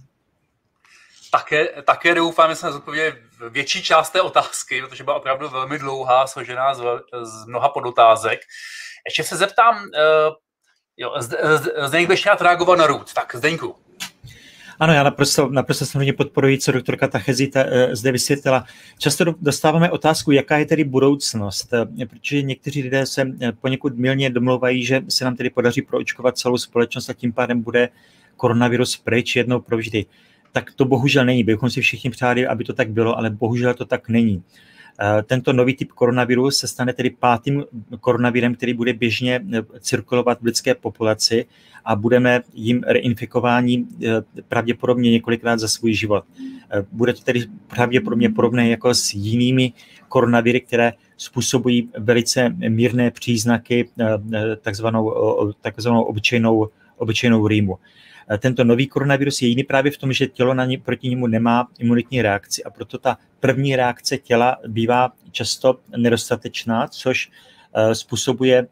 Také doufám, že jsem zodpověděl větší část té otázky, protože byla opravdu velmi dlouhá, složená z mnoha podotázek. Ještě se zeptám, Zdeněk by chtěl reagovat na RUD. Tak Zdeňku. Ano, já naprosto samozřejmě podporuji, co doktorka Tachezi zde vysvětlila. Často dostáváme otázku, jaká je tedy budoucnost, protože někteří lidé se poněkud mylně domlouvají, že se nám tedy podaří proočkovat celou společnost a tím pádem bude koronavirus pryč jednou provždy. Tak to bohužel není. Bychom si všichni přáli, aby to tak bylo, ale bohužel to tak není. Tento nový typ koronaviru se stane tedy 5. koronavirem, který bude běžně cirkulovat v lidské populaci a budeme jim reinfikováni pravděpodobně několikrát za svůj život. Bude to tedy pravděpodobně podobné jako s jinými koronaviry, které způsobují velice mírné příznaky, takzvanou obyčejnou rýmu. Tento nový koronavirus je jiný právě v tom, že tělo proti němu nemá imunitní reakci a proto ta první reakce těla bývá často nedostatečná, což způsobuje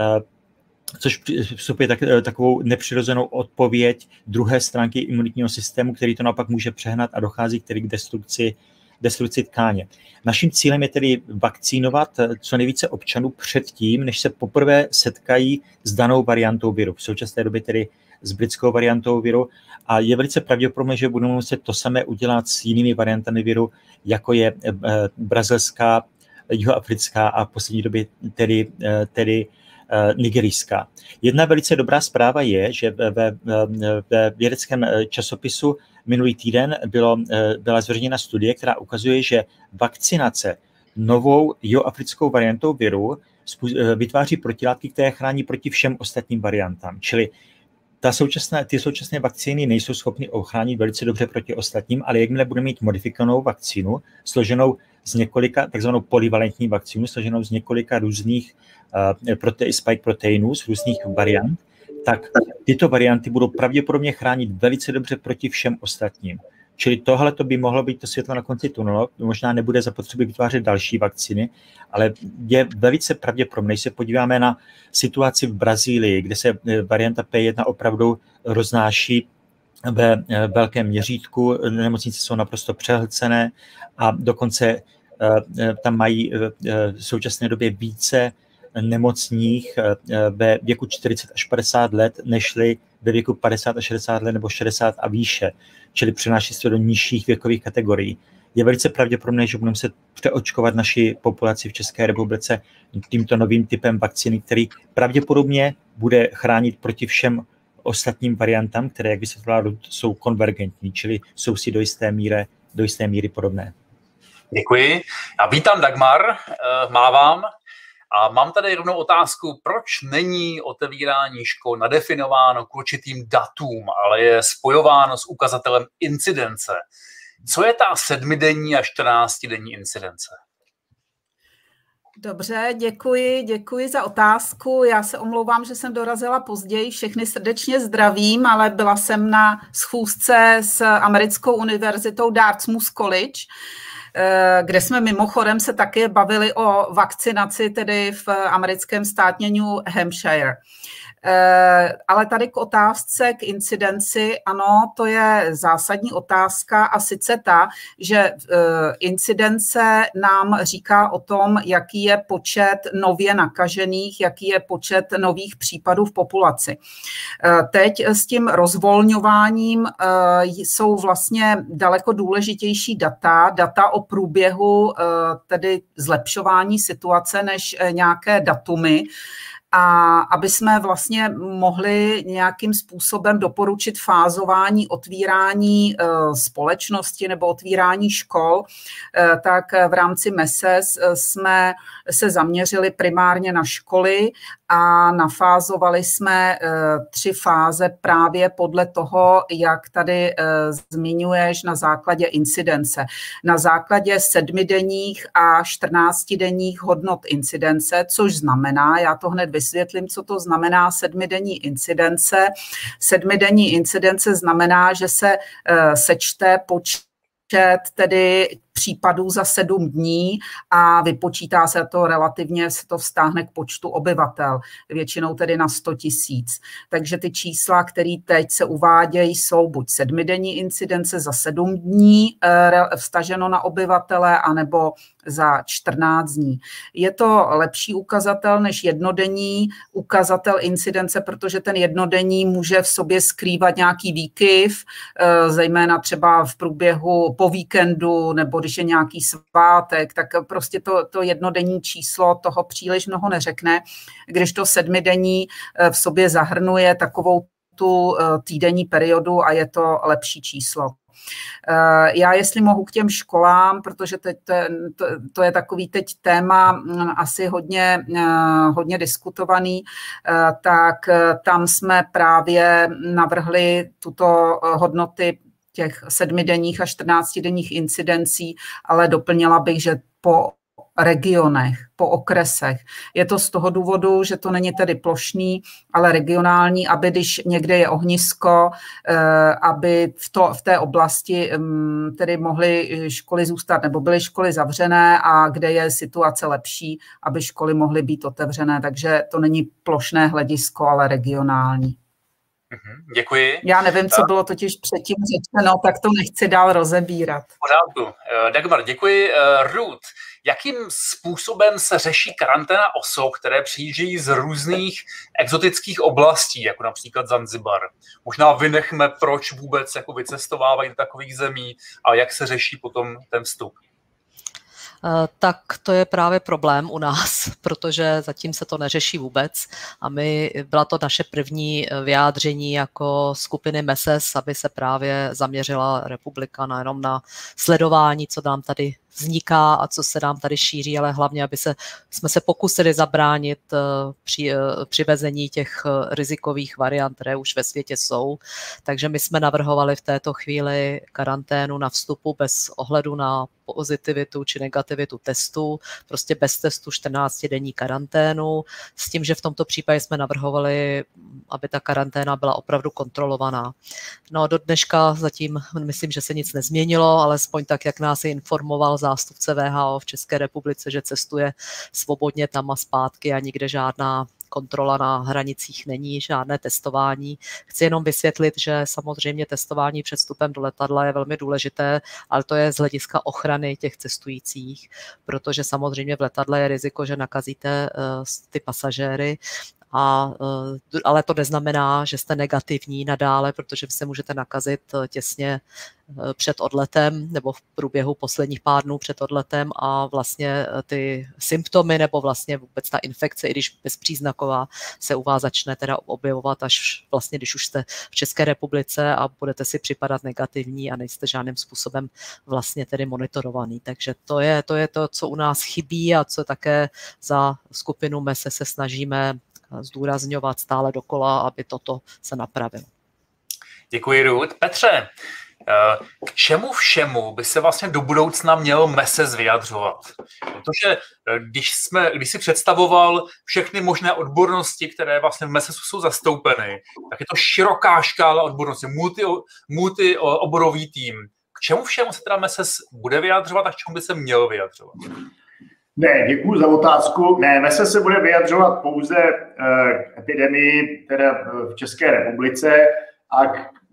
takovou nepřirozenou odpověď druhé stránky imunitního systému, který to naopak může přehnat a dochází k destrukci tkáně. Naším cílem je tedy vakcínovat co nejvíce občanů předtím, než se poprvé setkají s danou variantou viru. V současné době tedy s britskou variantou viru a je velice pravděpodobné, že budeme muset to samé udělat s jinými variantami viru, jako je brazilská, jihoafrická a v poslední době tedy nigerijská. Jedna velice dobrá zpráva je, že ve vědeckém časopisu minulý týden byla zveřejněna studie, která ukazuje, že vakcinace novou jihoafrickou variantou viru vytváří protilátky, které chrání proti všem ostatním variantám. Čili ty současné vakcíny nejsou schopny ochránit velice dobře proti ostatním, ale jakmile budeme mít modifikovanou vakcínu, složenou z několika, takzvanou polyvalentní vakcínu, složenou z několika různých spike proteinů, z různých variant, tak tyto varianty budou pravděpodobně chránit velice dobře proti všem ostatním. Čili tohle by mohlo být to světlo na konci tunelu, možná nebude zapotřebí vytvářet další vakcíny, ale je velice pravděpodobné, když se podíváme na situaci v Brazílii, kde se varianta P1 opravdu roznáší ve velkém měřítku, nemocnice jsou naprosto přehlcené a dokonce tam mají v současné době více nemocných ve věku 40 až 50 let, nežli ve věku 50 až 60 let nebo 60 a výše, čili přenáší se do nižších věkových kategorií. Je velice pravděpodobné, že budeme muset přeočkovat naši populaci v České republice tímto novým typem vakcíny, který pravděpodobně bude chránit proti všem ostatním variantám, které, jak vysvětlila, jsou konvergentní, čili jsou si do jisté míry podobné. Děkuji. Já vítám Dagmar, mávám. A mám tady rovnou otázku, proč není otevírání škol nadefinováno k určitým datům, ale je spojováno s ukazatelem incidence. Co je ta 7denní a 14denní incidence? Dobře, děkuji za otázku. Já se omlouvám, že jsem dorazila později. Všechny srdečně zdravím, ale byla jsem na schůzce s americkou univerzitou Dartmouth College, kde jsme mimochodem se také bavili o vakcinaci, tedy v americkém státě New Hampshire. Ale tady k otázce, k incidenci, ano, to je zásadní otázka a sice ta, že incidence nám říká o tom, jaký je počet nově nakažených, jaký je počet nových případů v populaci. Teď s tím rozvolňováním jsou vlastně daleko důležitější data o průběhu tedy zlepšování situace než nějaké datumy. A aby jsme vlastně mohli nějakým způsobem doporučit fázování otvírání společnosti nebo otvírání škol, tak v rámci MESES jsme se zaměřili primárně na školy a nafázovali jsme 3 fáze právě podle toho, jak tady zmiňuješ, na základě incidence. Na základě 7denních a 14denních hodnot incidence, což znamená, já to hned vysvětlím, co to znamená 7denní incidence. 7denní incidence znamená, že se sečte počet tedy případů za 7 dní a vypočítá se to relativně, se to vztáhne k počtu obyvatel, většinou tedy na 100 000. Takže ty čísla, které teď se uvádějí, jsou buď 7denní incidence za 7 dní vztaženo na obyvatele, anebo za 14 dní. Je to lepší ukazatel než jednodenní ukazatel incidence, protože ten jednodenní může v sobě skrývat nějaký výkyv, zejména třeba v průběhu po víkendu nebo když je nějaký svátek, tak prostě to jednodenní číslo toho příliš mnoho neřekne, když to 7denní v sobě zahrnuje takovou tu týdenní periodu a je to lepší číslo. Já jestli mohu k těm školám, protože teď to je takový teď téma asi hodně diskutovaný, tak tam jsme právě navrhli tuto hodnoty těch 7denních a 14denních incidencí, ale doplnila bych, že po regionech, po okresech. Je to z toho důvodu, že to není tedy plošný, ale regionální, aby když někde je ohnisko, aby v té oblasti tedy mohly školy zůstat, nebo byly školy zavřené a kde je situace lepší, aby školy mohly být otevřené. Takže to není plošné hledisko, ale regionální. Děkuji. Já nevím, co bylo totiž předtím řečeno, tak to nechci dál rozebírat. V pořádku. Dagmar, děkuji. Ruth, jakým způsobem se řeší karanténa osob, které přijíždějí z různých exotických oblastí, jako například Zanzibar? Možná vynechme, proč vůbec jako vycestovávají do takových zemí a jak se řeší potom ten vstup. Tak to je právě problém u nás, protože zatím se to neřeší vůbec a byla to naše první vyjádření jako skupiny MESES, aby se právě zaměřila republika nejenom na sledování, co nám tady vzniká a co se nám tady šíří, ale hlavně, jsme se pokusili zabránit přivezení těch rizikových variant, které už ve světě jsou. Takže my jsme navrhovali v této chvíli karanténu na vstupu bez ohledu na pozitivitu či negativitu testu, prostě bez testu 14denní karanténu, s tím, že v tomto případě jsme navrhovali, aby ta karanténa byla opravdu kontrolovaná. No do dneška zatím myslím, že se nic nezměnilo, alespoň tak, jak nás informoval zástupce WHO v České republice, že cestuje svobodně tam a zpátky a nikde žádná kontrola na hranicích není, žádné testování. Chci jenom vysvětlit, že samozřejmě testování před vstupem do letadla je velmi důležité, ale to je z hlediska ochrany těch cestujících, protože samozřejmě v letadle je riziko, že nakazíte ty pasažéry, ale to neznamená, že jste negativní nadále, protože se můžete nakazit těsně před odletem nebo v průběhu posledních pár dnů před odletem a vlastně ty symptomy nebo vlastně vůbec ta infekce, i když bezpříznaková, se u vás začne teda objevovat až vlastně, když už jste v České republice a budete si připadat negativní a nejste žádným způsobem vlastně tedy monitorovaný. Takže to je to, co u nás chybí a co také za skupinu MESE se snažíme zdůrazňovat stále dokola, aby toto se napravilo. Děkuji, Ruth. Petře, K čemu všemu by se vlastně do budoucna měl MESES vyjadřovat? Protože když si představoval všechny možné odbornosti, které vlastně v MESESu jsou zastoupeny, tak je to široká škála odborností, multioborový tým. K čemu všemu se teda MESES bude vyjadřovat a k čemu by se měl vyjadřovat? Ne, děkuji za otázku. Ne, MESES se bude vyjadřovat pouze k epidemii teda v České republice a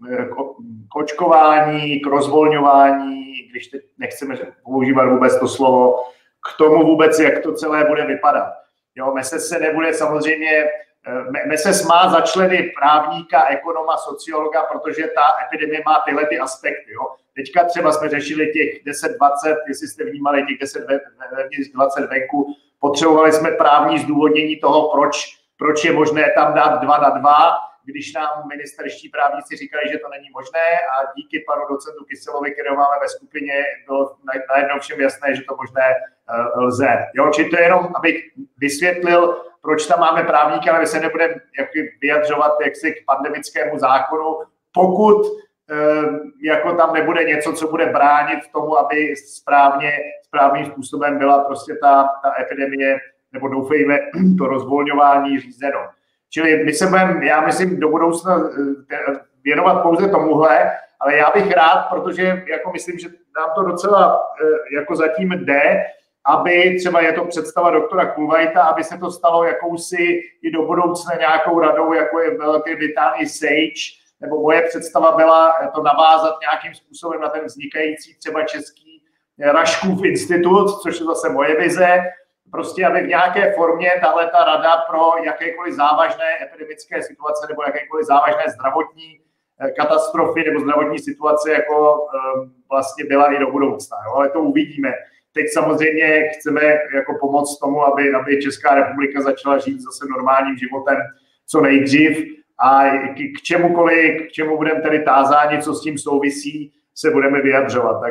k očkování, k rozvolňování, když teď nechceme používat vůbec to slovo, k tomu vůbec, jak to celé bude vypadat. Jo, MESES se nebude samozřejmě, MESES má za členy právníka, ekonoma, sociologa, protože ta epidemie má tyhle ty aspekty. Jo. Teďka třeba jsme řešili těch 10-20, jestli jste vnímali těch 10-20 venku, potřebovali jsme právní zdůvodnění toho, proč je možné tam dát 2:2, když nám ministerští právníci říkali, že to není možné a díky panu docentu Kyselovi, kterého máme ve skupině, bylo najednou všem jasné, že to možné lze. Jo, či to je jenom, abych vysvětlil, proč tam máme právníky, ale my se nebudeme vyjadřovat jaksi k pandemickému zákonu, pokud jako tam nebude něco, co bude bránit tomu, aby správným způsobem byla prostě ta epidemie, nebo doufejme, to rozvolňování řízeno. Čili my se budeme, já myslím, do budoucna věnovat pouze tomuhle, ale já bych rád, protože jako myslím, že nám to docela jako zatím jde, aby třeba je to představa doktora Kulvajta, aby se to stalo jakousi i do budoucna nějakou radou, jako je v Velké Británii SAGE, nebo moje představa byla to navázat nějakým způsobem na ten vznikající třeba český Raškův institut, což je zase moje vize, prostě aby v nějaké formě tahle ta rada pro jakékoliv závažné epidemické situace nebo jakékoliv závažné zdravotní katastrofy nebo zdravotní situace jako vlastně byla i do budoucna. Jo? Ale to uvidíme. Teď samozřejmě chceme jako pomoct tomu, aby Česká republika začala žít zase normálním životem co nejdřív a k čemu budeme tedy tázáni, co s tím souvisí, se budeme vyjadřovat.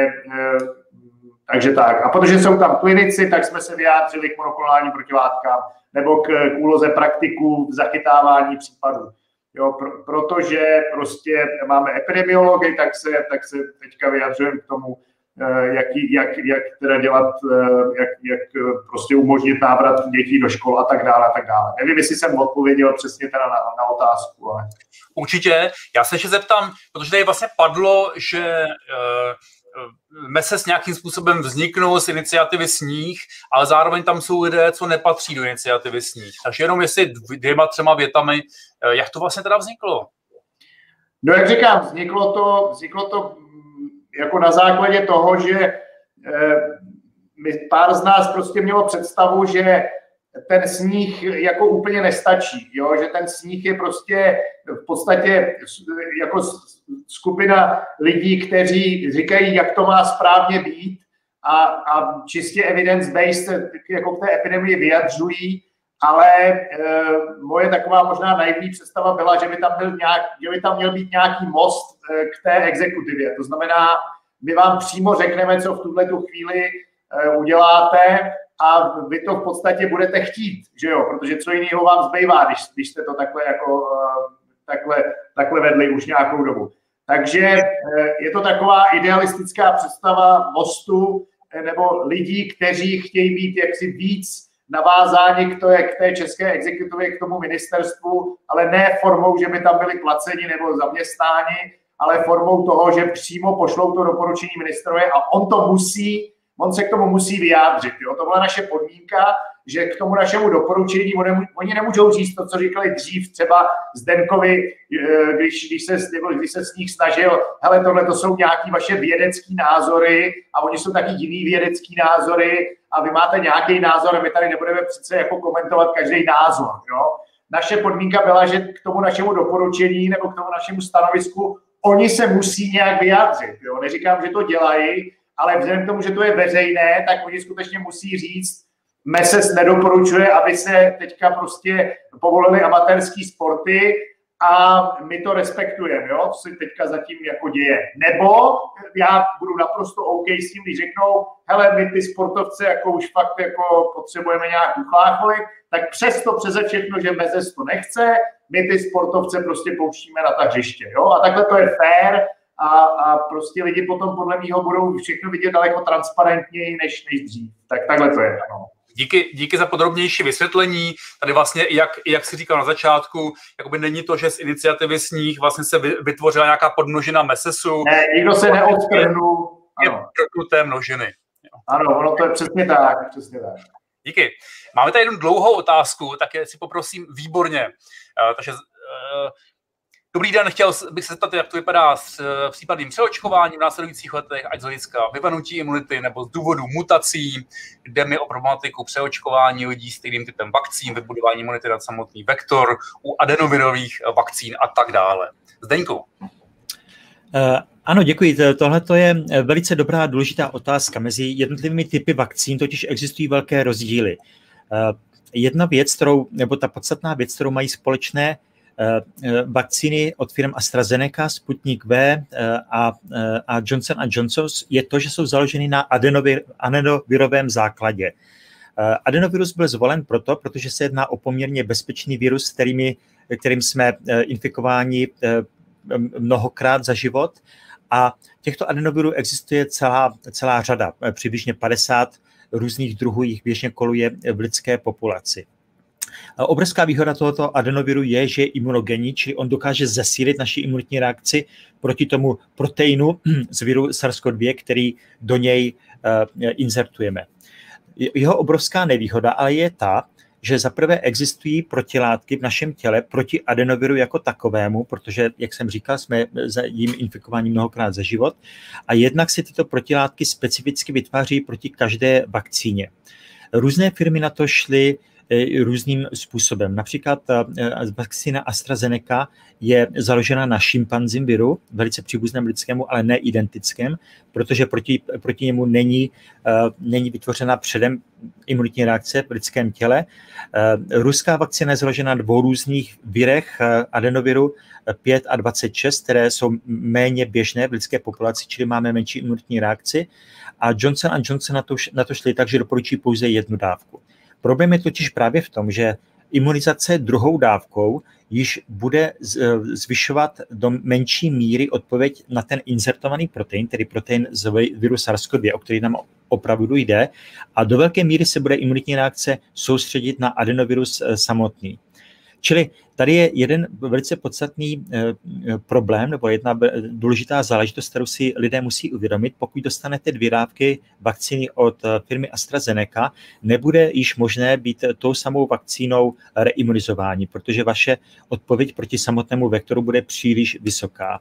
Takže tak. A protože jsou tam klinici, tak jsme se vyjádřili k monoklonálním protilátkám nebo k úloze praktiků v zachytávání případů. Jo, protože prostě máme epidemiology, tak se teďka vyjadřujeme k tomu, jak teda dělat, jak prostě umožnit návrat dětí do škol a tak dále, a tak dále. Nevím, jestli jsem odpověděl přesně teda na otázku, ale... Určitě. Já se ještě zeptám, protože tady vlastně padlo, že MESES nějakým způsobem vzniknou z iniciativy Sníh, ale zároveň tam jsou lidé, co nepatří do iniciativy Sníh. Takže jenom jestli 2-3 větami, jak to vlastně teda vzniklo? No jak říkám, vzniklo to jako na základě toho, že pár z nás prostě mělo představu, že ten sníh jako úplně nestačí, jo? Že ten sníh je prostě v podstatě jako skupina lidí, kteří říkají, jak to má správně být a čistě evidence-based jako k té epidemii vyjadřují, ale moje taková možná naivní představa byla, že by tam měl být nějaký most k té exekutivě. To znamená, my vám přímo řekneme, co v tuhletu chvíli uděláte a vy to v podstatě budete chtít, že jo? Protože co jiného vám zbývá, když jste to takhle vedli už nějakou dobu. Takže je to taková idealistická představa mostu nebo lidí, kteří chtějí být jaksi víc navázáni k té české exekutivě, k tomu ministerstvu, ale ne formou, že by tam byli placeni nebo zaměstnáni, ale formou toho, že přímo pošlou to doporučení ministrovi a on se k tomu musí vyjádřit. Jo? To byla naše podmínka, že k tomu našemu doporučení oni nemůžou říct to, co říkali dřív třeba Zdenkovi, když se s nich snažil, hele, tohle to jsou nějaký vaše vědecký názory a oni jsou taky jiný vědecký názory a vy máte nějaký názor a my tady nebudeme přece jako komentovat každý názor. Jo? Naše podmínka byla, že k tomu našemu doporučení nebo k tomu našemu stanovisku oni se musí nějak vyjádřit. Jo? Neříkám, že to dělají, ale vzhledem k tomu, že to je veřejné, tak oni skutečně musí říct, MESES nedoporučuje, aby se teďka prostě povolily amatérský sporty a my to respektujeme, jo, co se teďka zatím jako děje. Nebo já budu naprosto OK s tím, když řeknou, hele, my ty sportovce jako už fakt jako potřebujeme nějak uchlácholit, tak přesto přeze všechno, že MESES to nechce, my ty sportovce prostě pouštíme na ta hřiště, jo, a takhle to je fair a prostě lidi potom podle mého budou všechno vidět daleko transparentněji než dřív. Tak takhle to je. No. Díky za podrobnější vysvětlení. Tady vlastně, jak jsi říkal na začátku, jakoby není to, že z iniciativy Sníh vlastně se vytvořila nějaká podmnožina MESESu. Ne, nikdo se neodtrhnul. Je proknuté množiny. Ano, ono to je přesně tak. Díky. Máme tady jednu dlouhou otázku, tak si poprosím výborně. Takže dobrý den, chtěl bych se zeptat, jak to vypadá s případným přeočkováním v následujících letech, ať z hlediska vyvanutí imunity nebo z důvodu mutací, jde mi o problematiku přeočkování lidí s stejným typem vakcín, vybudování imunity na samotný vektor, u adenovirových vakcín a tak dále. Zdeňku. Ano, děkuji. Tohle je velice dobrá a důležitá otázka. Mezi jednotlivými typy vakcín totiž existují velké rozdíly. Jedna věc, nebo ta podstatná věc, kterou mají společné vakcíny od firm AstraZeneca, Sputnik V a Johnson & Johnson, je to, že jsou založeny na adenovirovém základě. Adenovirus byl zvolen protože se jedná o poměrně bezpečný virus, kterým jsme infikováni mnohokrát za život. A těchto adenovirů existuje celá řada, přibližně 50 různých druhů, jich běžně koluje v lidské populaci. Obrovská výhoda tohoto adenoviru je, že je imunogenní, čili on dokáže zesílit naši imunitní reakci proti tomu proteinu z viru SARS-CoV-2, který do něj insertujeme. Jeho obrovská nevýhoda ale je ta, že zaprvé existují protilátky v našem těle proti adenoviru jako takovému, protože, jak jsem říkal, jsme jim infikováni mnohokrát za život, a jednak se tyto protilátky specificky vytváří proti každé vakcíně. Různé firmy na to šly různým způsobem. Například vakcína AstraZeneca je založena na šimpanzím viru, velice příbuzném lidskému, ale neidentickém, protože proti němu není vytvořena předem imunitní reakce v lidském těle. Ruská vakcína je založena na 2 různých virech adenoviru 5 a 26, které jsou méně běžné v lidské populaci, čili máme menší imunitní reakci. A Johnson & Johnson na to šli tak, že doporučí pouze 1 dávku. Problém je totiž právě v tom, že imunizace druhou dávkou již bude zvyšovat do menší míry odpověď na ten insertovaný protein, tedy protein z viru SARS-CoV-2, o který nám opravdu jde, a do velké míry se bude imunitní reakce soustředit na adenovirus samotný. Čili tady je jeden velice podstatný problém, nebo jedna důležitá záležitost, kterou si lidé musí uvědomit. Pokud dostanete 2 dávky vakcíny od firmy AstraZeneca, nebude již možné být tou samou vakcínou reimunizováni, protože vaše odpověď proti samotnému vektoru bude příliš vysoká.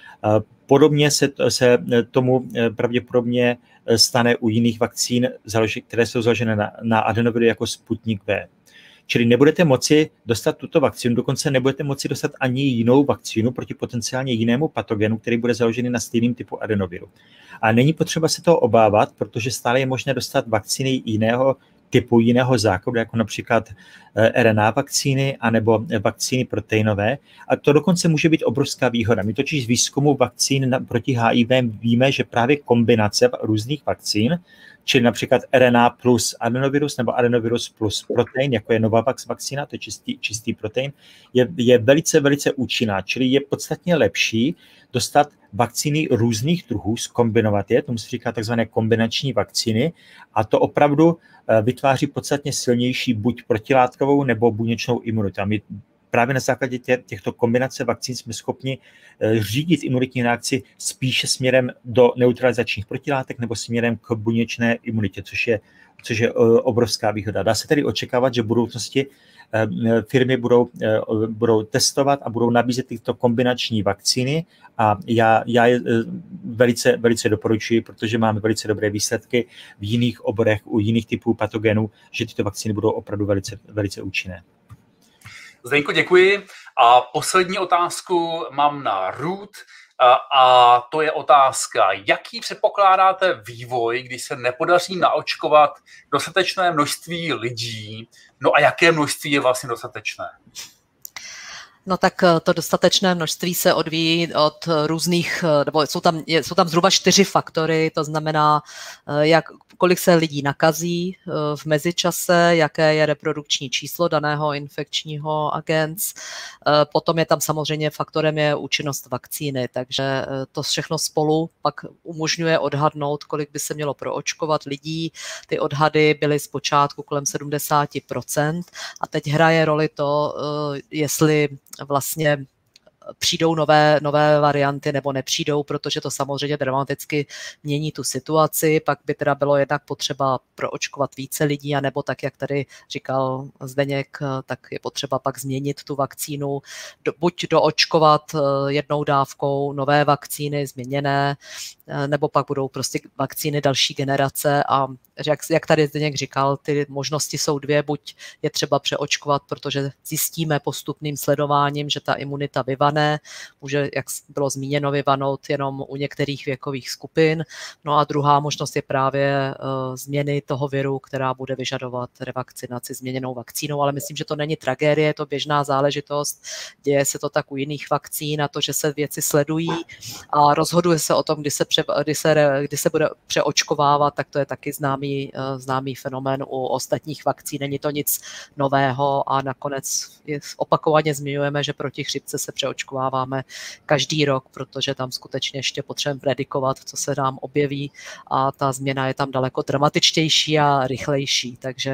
Podobně se tomu pravděpodobně stane u jiných vakcín, které jsou založené na adenoviru jako Sputnik V. Čili nebudete moci dostat tuto vakcínu, dokonce nebudete moci dostat ani jinou vakcínu proti potenciálně jinému patogenu, který bude založený na stejném typu adenoviru. A není potřeba se toho obávat, protože stále je možné dostat vakcíny jiného typu, jiného základu, jako například RNA vakcíny anebo vakcíny proteinové. A to dokonce může být obrovská výhoda. My totiž z výzkumu vakcín proti HIV víme, že právě kombinace různých vakcín, čili například RNA plus adenovirus nebo adenovirus plus protein, jako je Novavax vakcína, to je čistý protein, je velice, velice účinná. Čili je podstatně lepší dostat vakcíny různých druhů, zkombinovat je, tomu se říká takzvané kombinační vakcíny, a to opravdu vytváří podstatně silnější buď protilátkovou nebo buněčnou imunitu. A my právě na základě těchto kombinace vakcín jsme schopni řídit imunitní reakci spíše směrem do neutralizačních protilátek nebo směrem k buněčné imunitě, což je obrovská výhoda. Dá se tedy očekávat, že v budoucnosti firmy budou testovat a budou nabízet tyto kombinační vakcíny, a já je velice, velice doporučuji, protože máme velice dobré výsledky v jiných oborech, u jiných typů patogenů, že tyto vakcíny budou opravdu velice, velice účinné. Zdeňko, děkuji. A poslední otázku mám na Ruth, a to je otázka, jaký předpokládáte vývoj, když se nepodaří naočkovat dostatečné množství lidí, no a jaké množství je vlastně dostatečné? No tak to dostatečné množství se odvíjí od různých, nebo jsou tam zhruba 4 faktory, to znamená, kolik se lidí nakazí v mezičase, jaké je reprodukční číslo daného infekčního agens. Potom je tam samozřejmě faktorem je účinnost vakcíny, takže to všechno spolu pak umožňuje odhadnout, kolik by se mělo proočkovat lidí. Ty odhady byly zpočátku kolem 70% a teď hraje roli to, jestli vlastně přijdou nové varianty nebo nepřijdou, protože to samozřejmě dramaticky mění tu situaci, pak by teda bylo jednak potřeba proočkovat více lidí, anebo tak, jak tady říkal Zdeněk, tak je potřeba pak změnit tu vakcínu, buď doočkovat jednou dávkou nové vakcíny změněné, nebo pak budou prostě vakcíny další generace a jak tady Zdeněk říkal, ty možnosti jsou 2, buď je třeba přeočkovat, protože zjistíme postupným sledováním, že ta imunita vyvane, může, jak bylo zmíněno, vyvanout jenom u některých věkových skupin. No a druhá možnost je právě změny toho viru, která bude vyžadovat revakcinaci změněnou vakcínou, ale myslím, že to není tragédie, je to běžná záležitost, děje se to tak u jiných vakcín a to, že se věci sledují a rozhoduje se o tom, kdy se bude přeočkovávat, tak to je taky známý fenomén u ostatních vakcín, není to nic nového a nakonec opakovaně zmiňujeme, že proti chřipce se přeočkováváme každý rok, protože tam skutečně ještě potřebujeme predikovat, co se nám objeví a ta změna je tam daleko dramatičtější a rychlejší, takže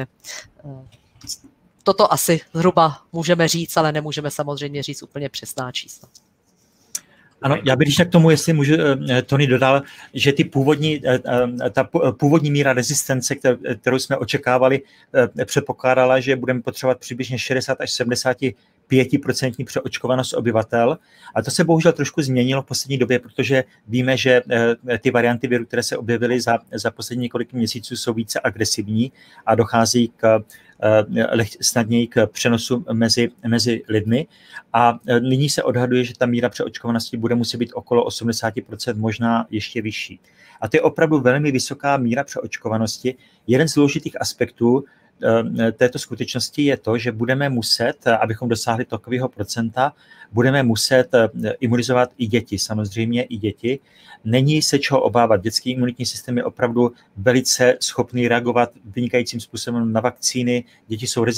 toto asi zhruba můžeme říct, ale nemůžeme samozřejmě říct úplně přesná čísla. Ano, já bych k tomu, jestli můžu, Tony dodal, že ta původní míra rezistence, kterou jsme očekávali, předpokládala, že budeme potřebovat přibližně 60 až 75% přeočkovanost obyvatel. A to se bohužel trošku změnilo v poslední době, protože víme, že ty varianty viru, které se objevily za poslední několik měsíců, jsou více agresivní a dochází snadněji k přenosu mezi lidmi. A nyní se odhaduje, že ta míra přeočkovanosti bude muset být okolo 80%, možná ještě vyšší. A to je opravdu velmi vysoká míra přeočkovanosti. Jeden z důležitých aspektů této skutečnosti je to, že budeme muset, abychom dosáhli takového procenta, budeme muset imunizovat i děti, samozřejmě i děti. Není se čeho obávat. Dětský imunitní systém je opravdu velice schopný reagovat vynikajícím způsobem na vakcíny. Děti jsou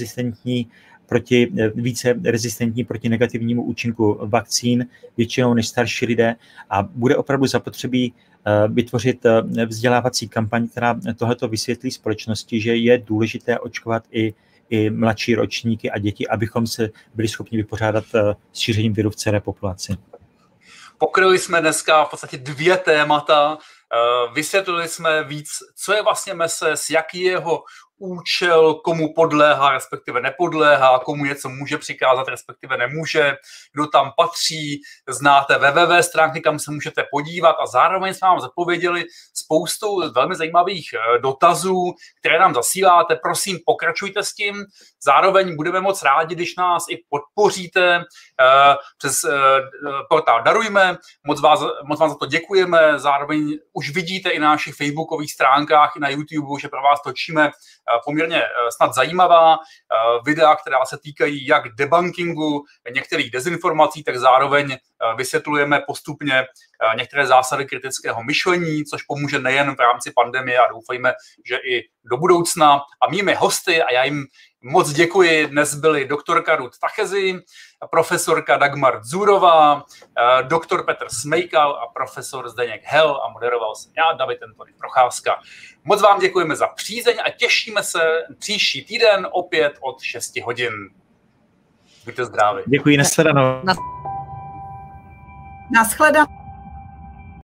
více rezistentní proti negativnímu účinku vakcín, většinou než starší lidé a bude opravdu zapotřebí vytvořit vzdělávací kampaň, která tohleto vysvětlí společnosti, že je důležité očkovat i mladší ročníky a děti, abychom se byli schopni vypořádat s šířením viru v celé populaci. Pokryli jsme dneska v podstatě 2 témata, vysvětlili jsme víc, co je vlastně MESES, jaký je jeho účel, komu podléhá, respektive nepodléhá, komu něco může přikázat, respektive nemůže, kdo tam patří, znáte www stránky, kam se můžete podívat a zároveň jsme vám zapověděli spoustu velmi zajímavých dotazů, které nám zasíláte. Prosím, pokračujte s tím. Zároveň budeme moc rádi, když nás i podpoříte přes portál Darujme. Moc vám za to děkujeme. Zároveň už vidíte i na našich facebookových stránkách, i na YouTube, že pro vás točíme poměrně snad zajímavá videa, která se týkají jak debunkingu některých dezinformací, tak zároveň vysvětlujeme postupně některé zásady kritického myšlení, což pomůže nejen v rámci pandemie a doufejme, že i do budoucna. A mými hosty, a já jim moc děkuji, dnes byli doktorka Ruth Tachezi, profesorka Dagmar Dzurová, doktor Petr Smejkal a profesor Zdeněk Hel a moderoval jsem já, David Antonín Procházka. Moc vám děkujeme za přízeň a těšíme se příští týden opět od 6 hodin. Buďte zdraví. Děkuji, nashledanou. Nashledanou.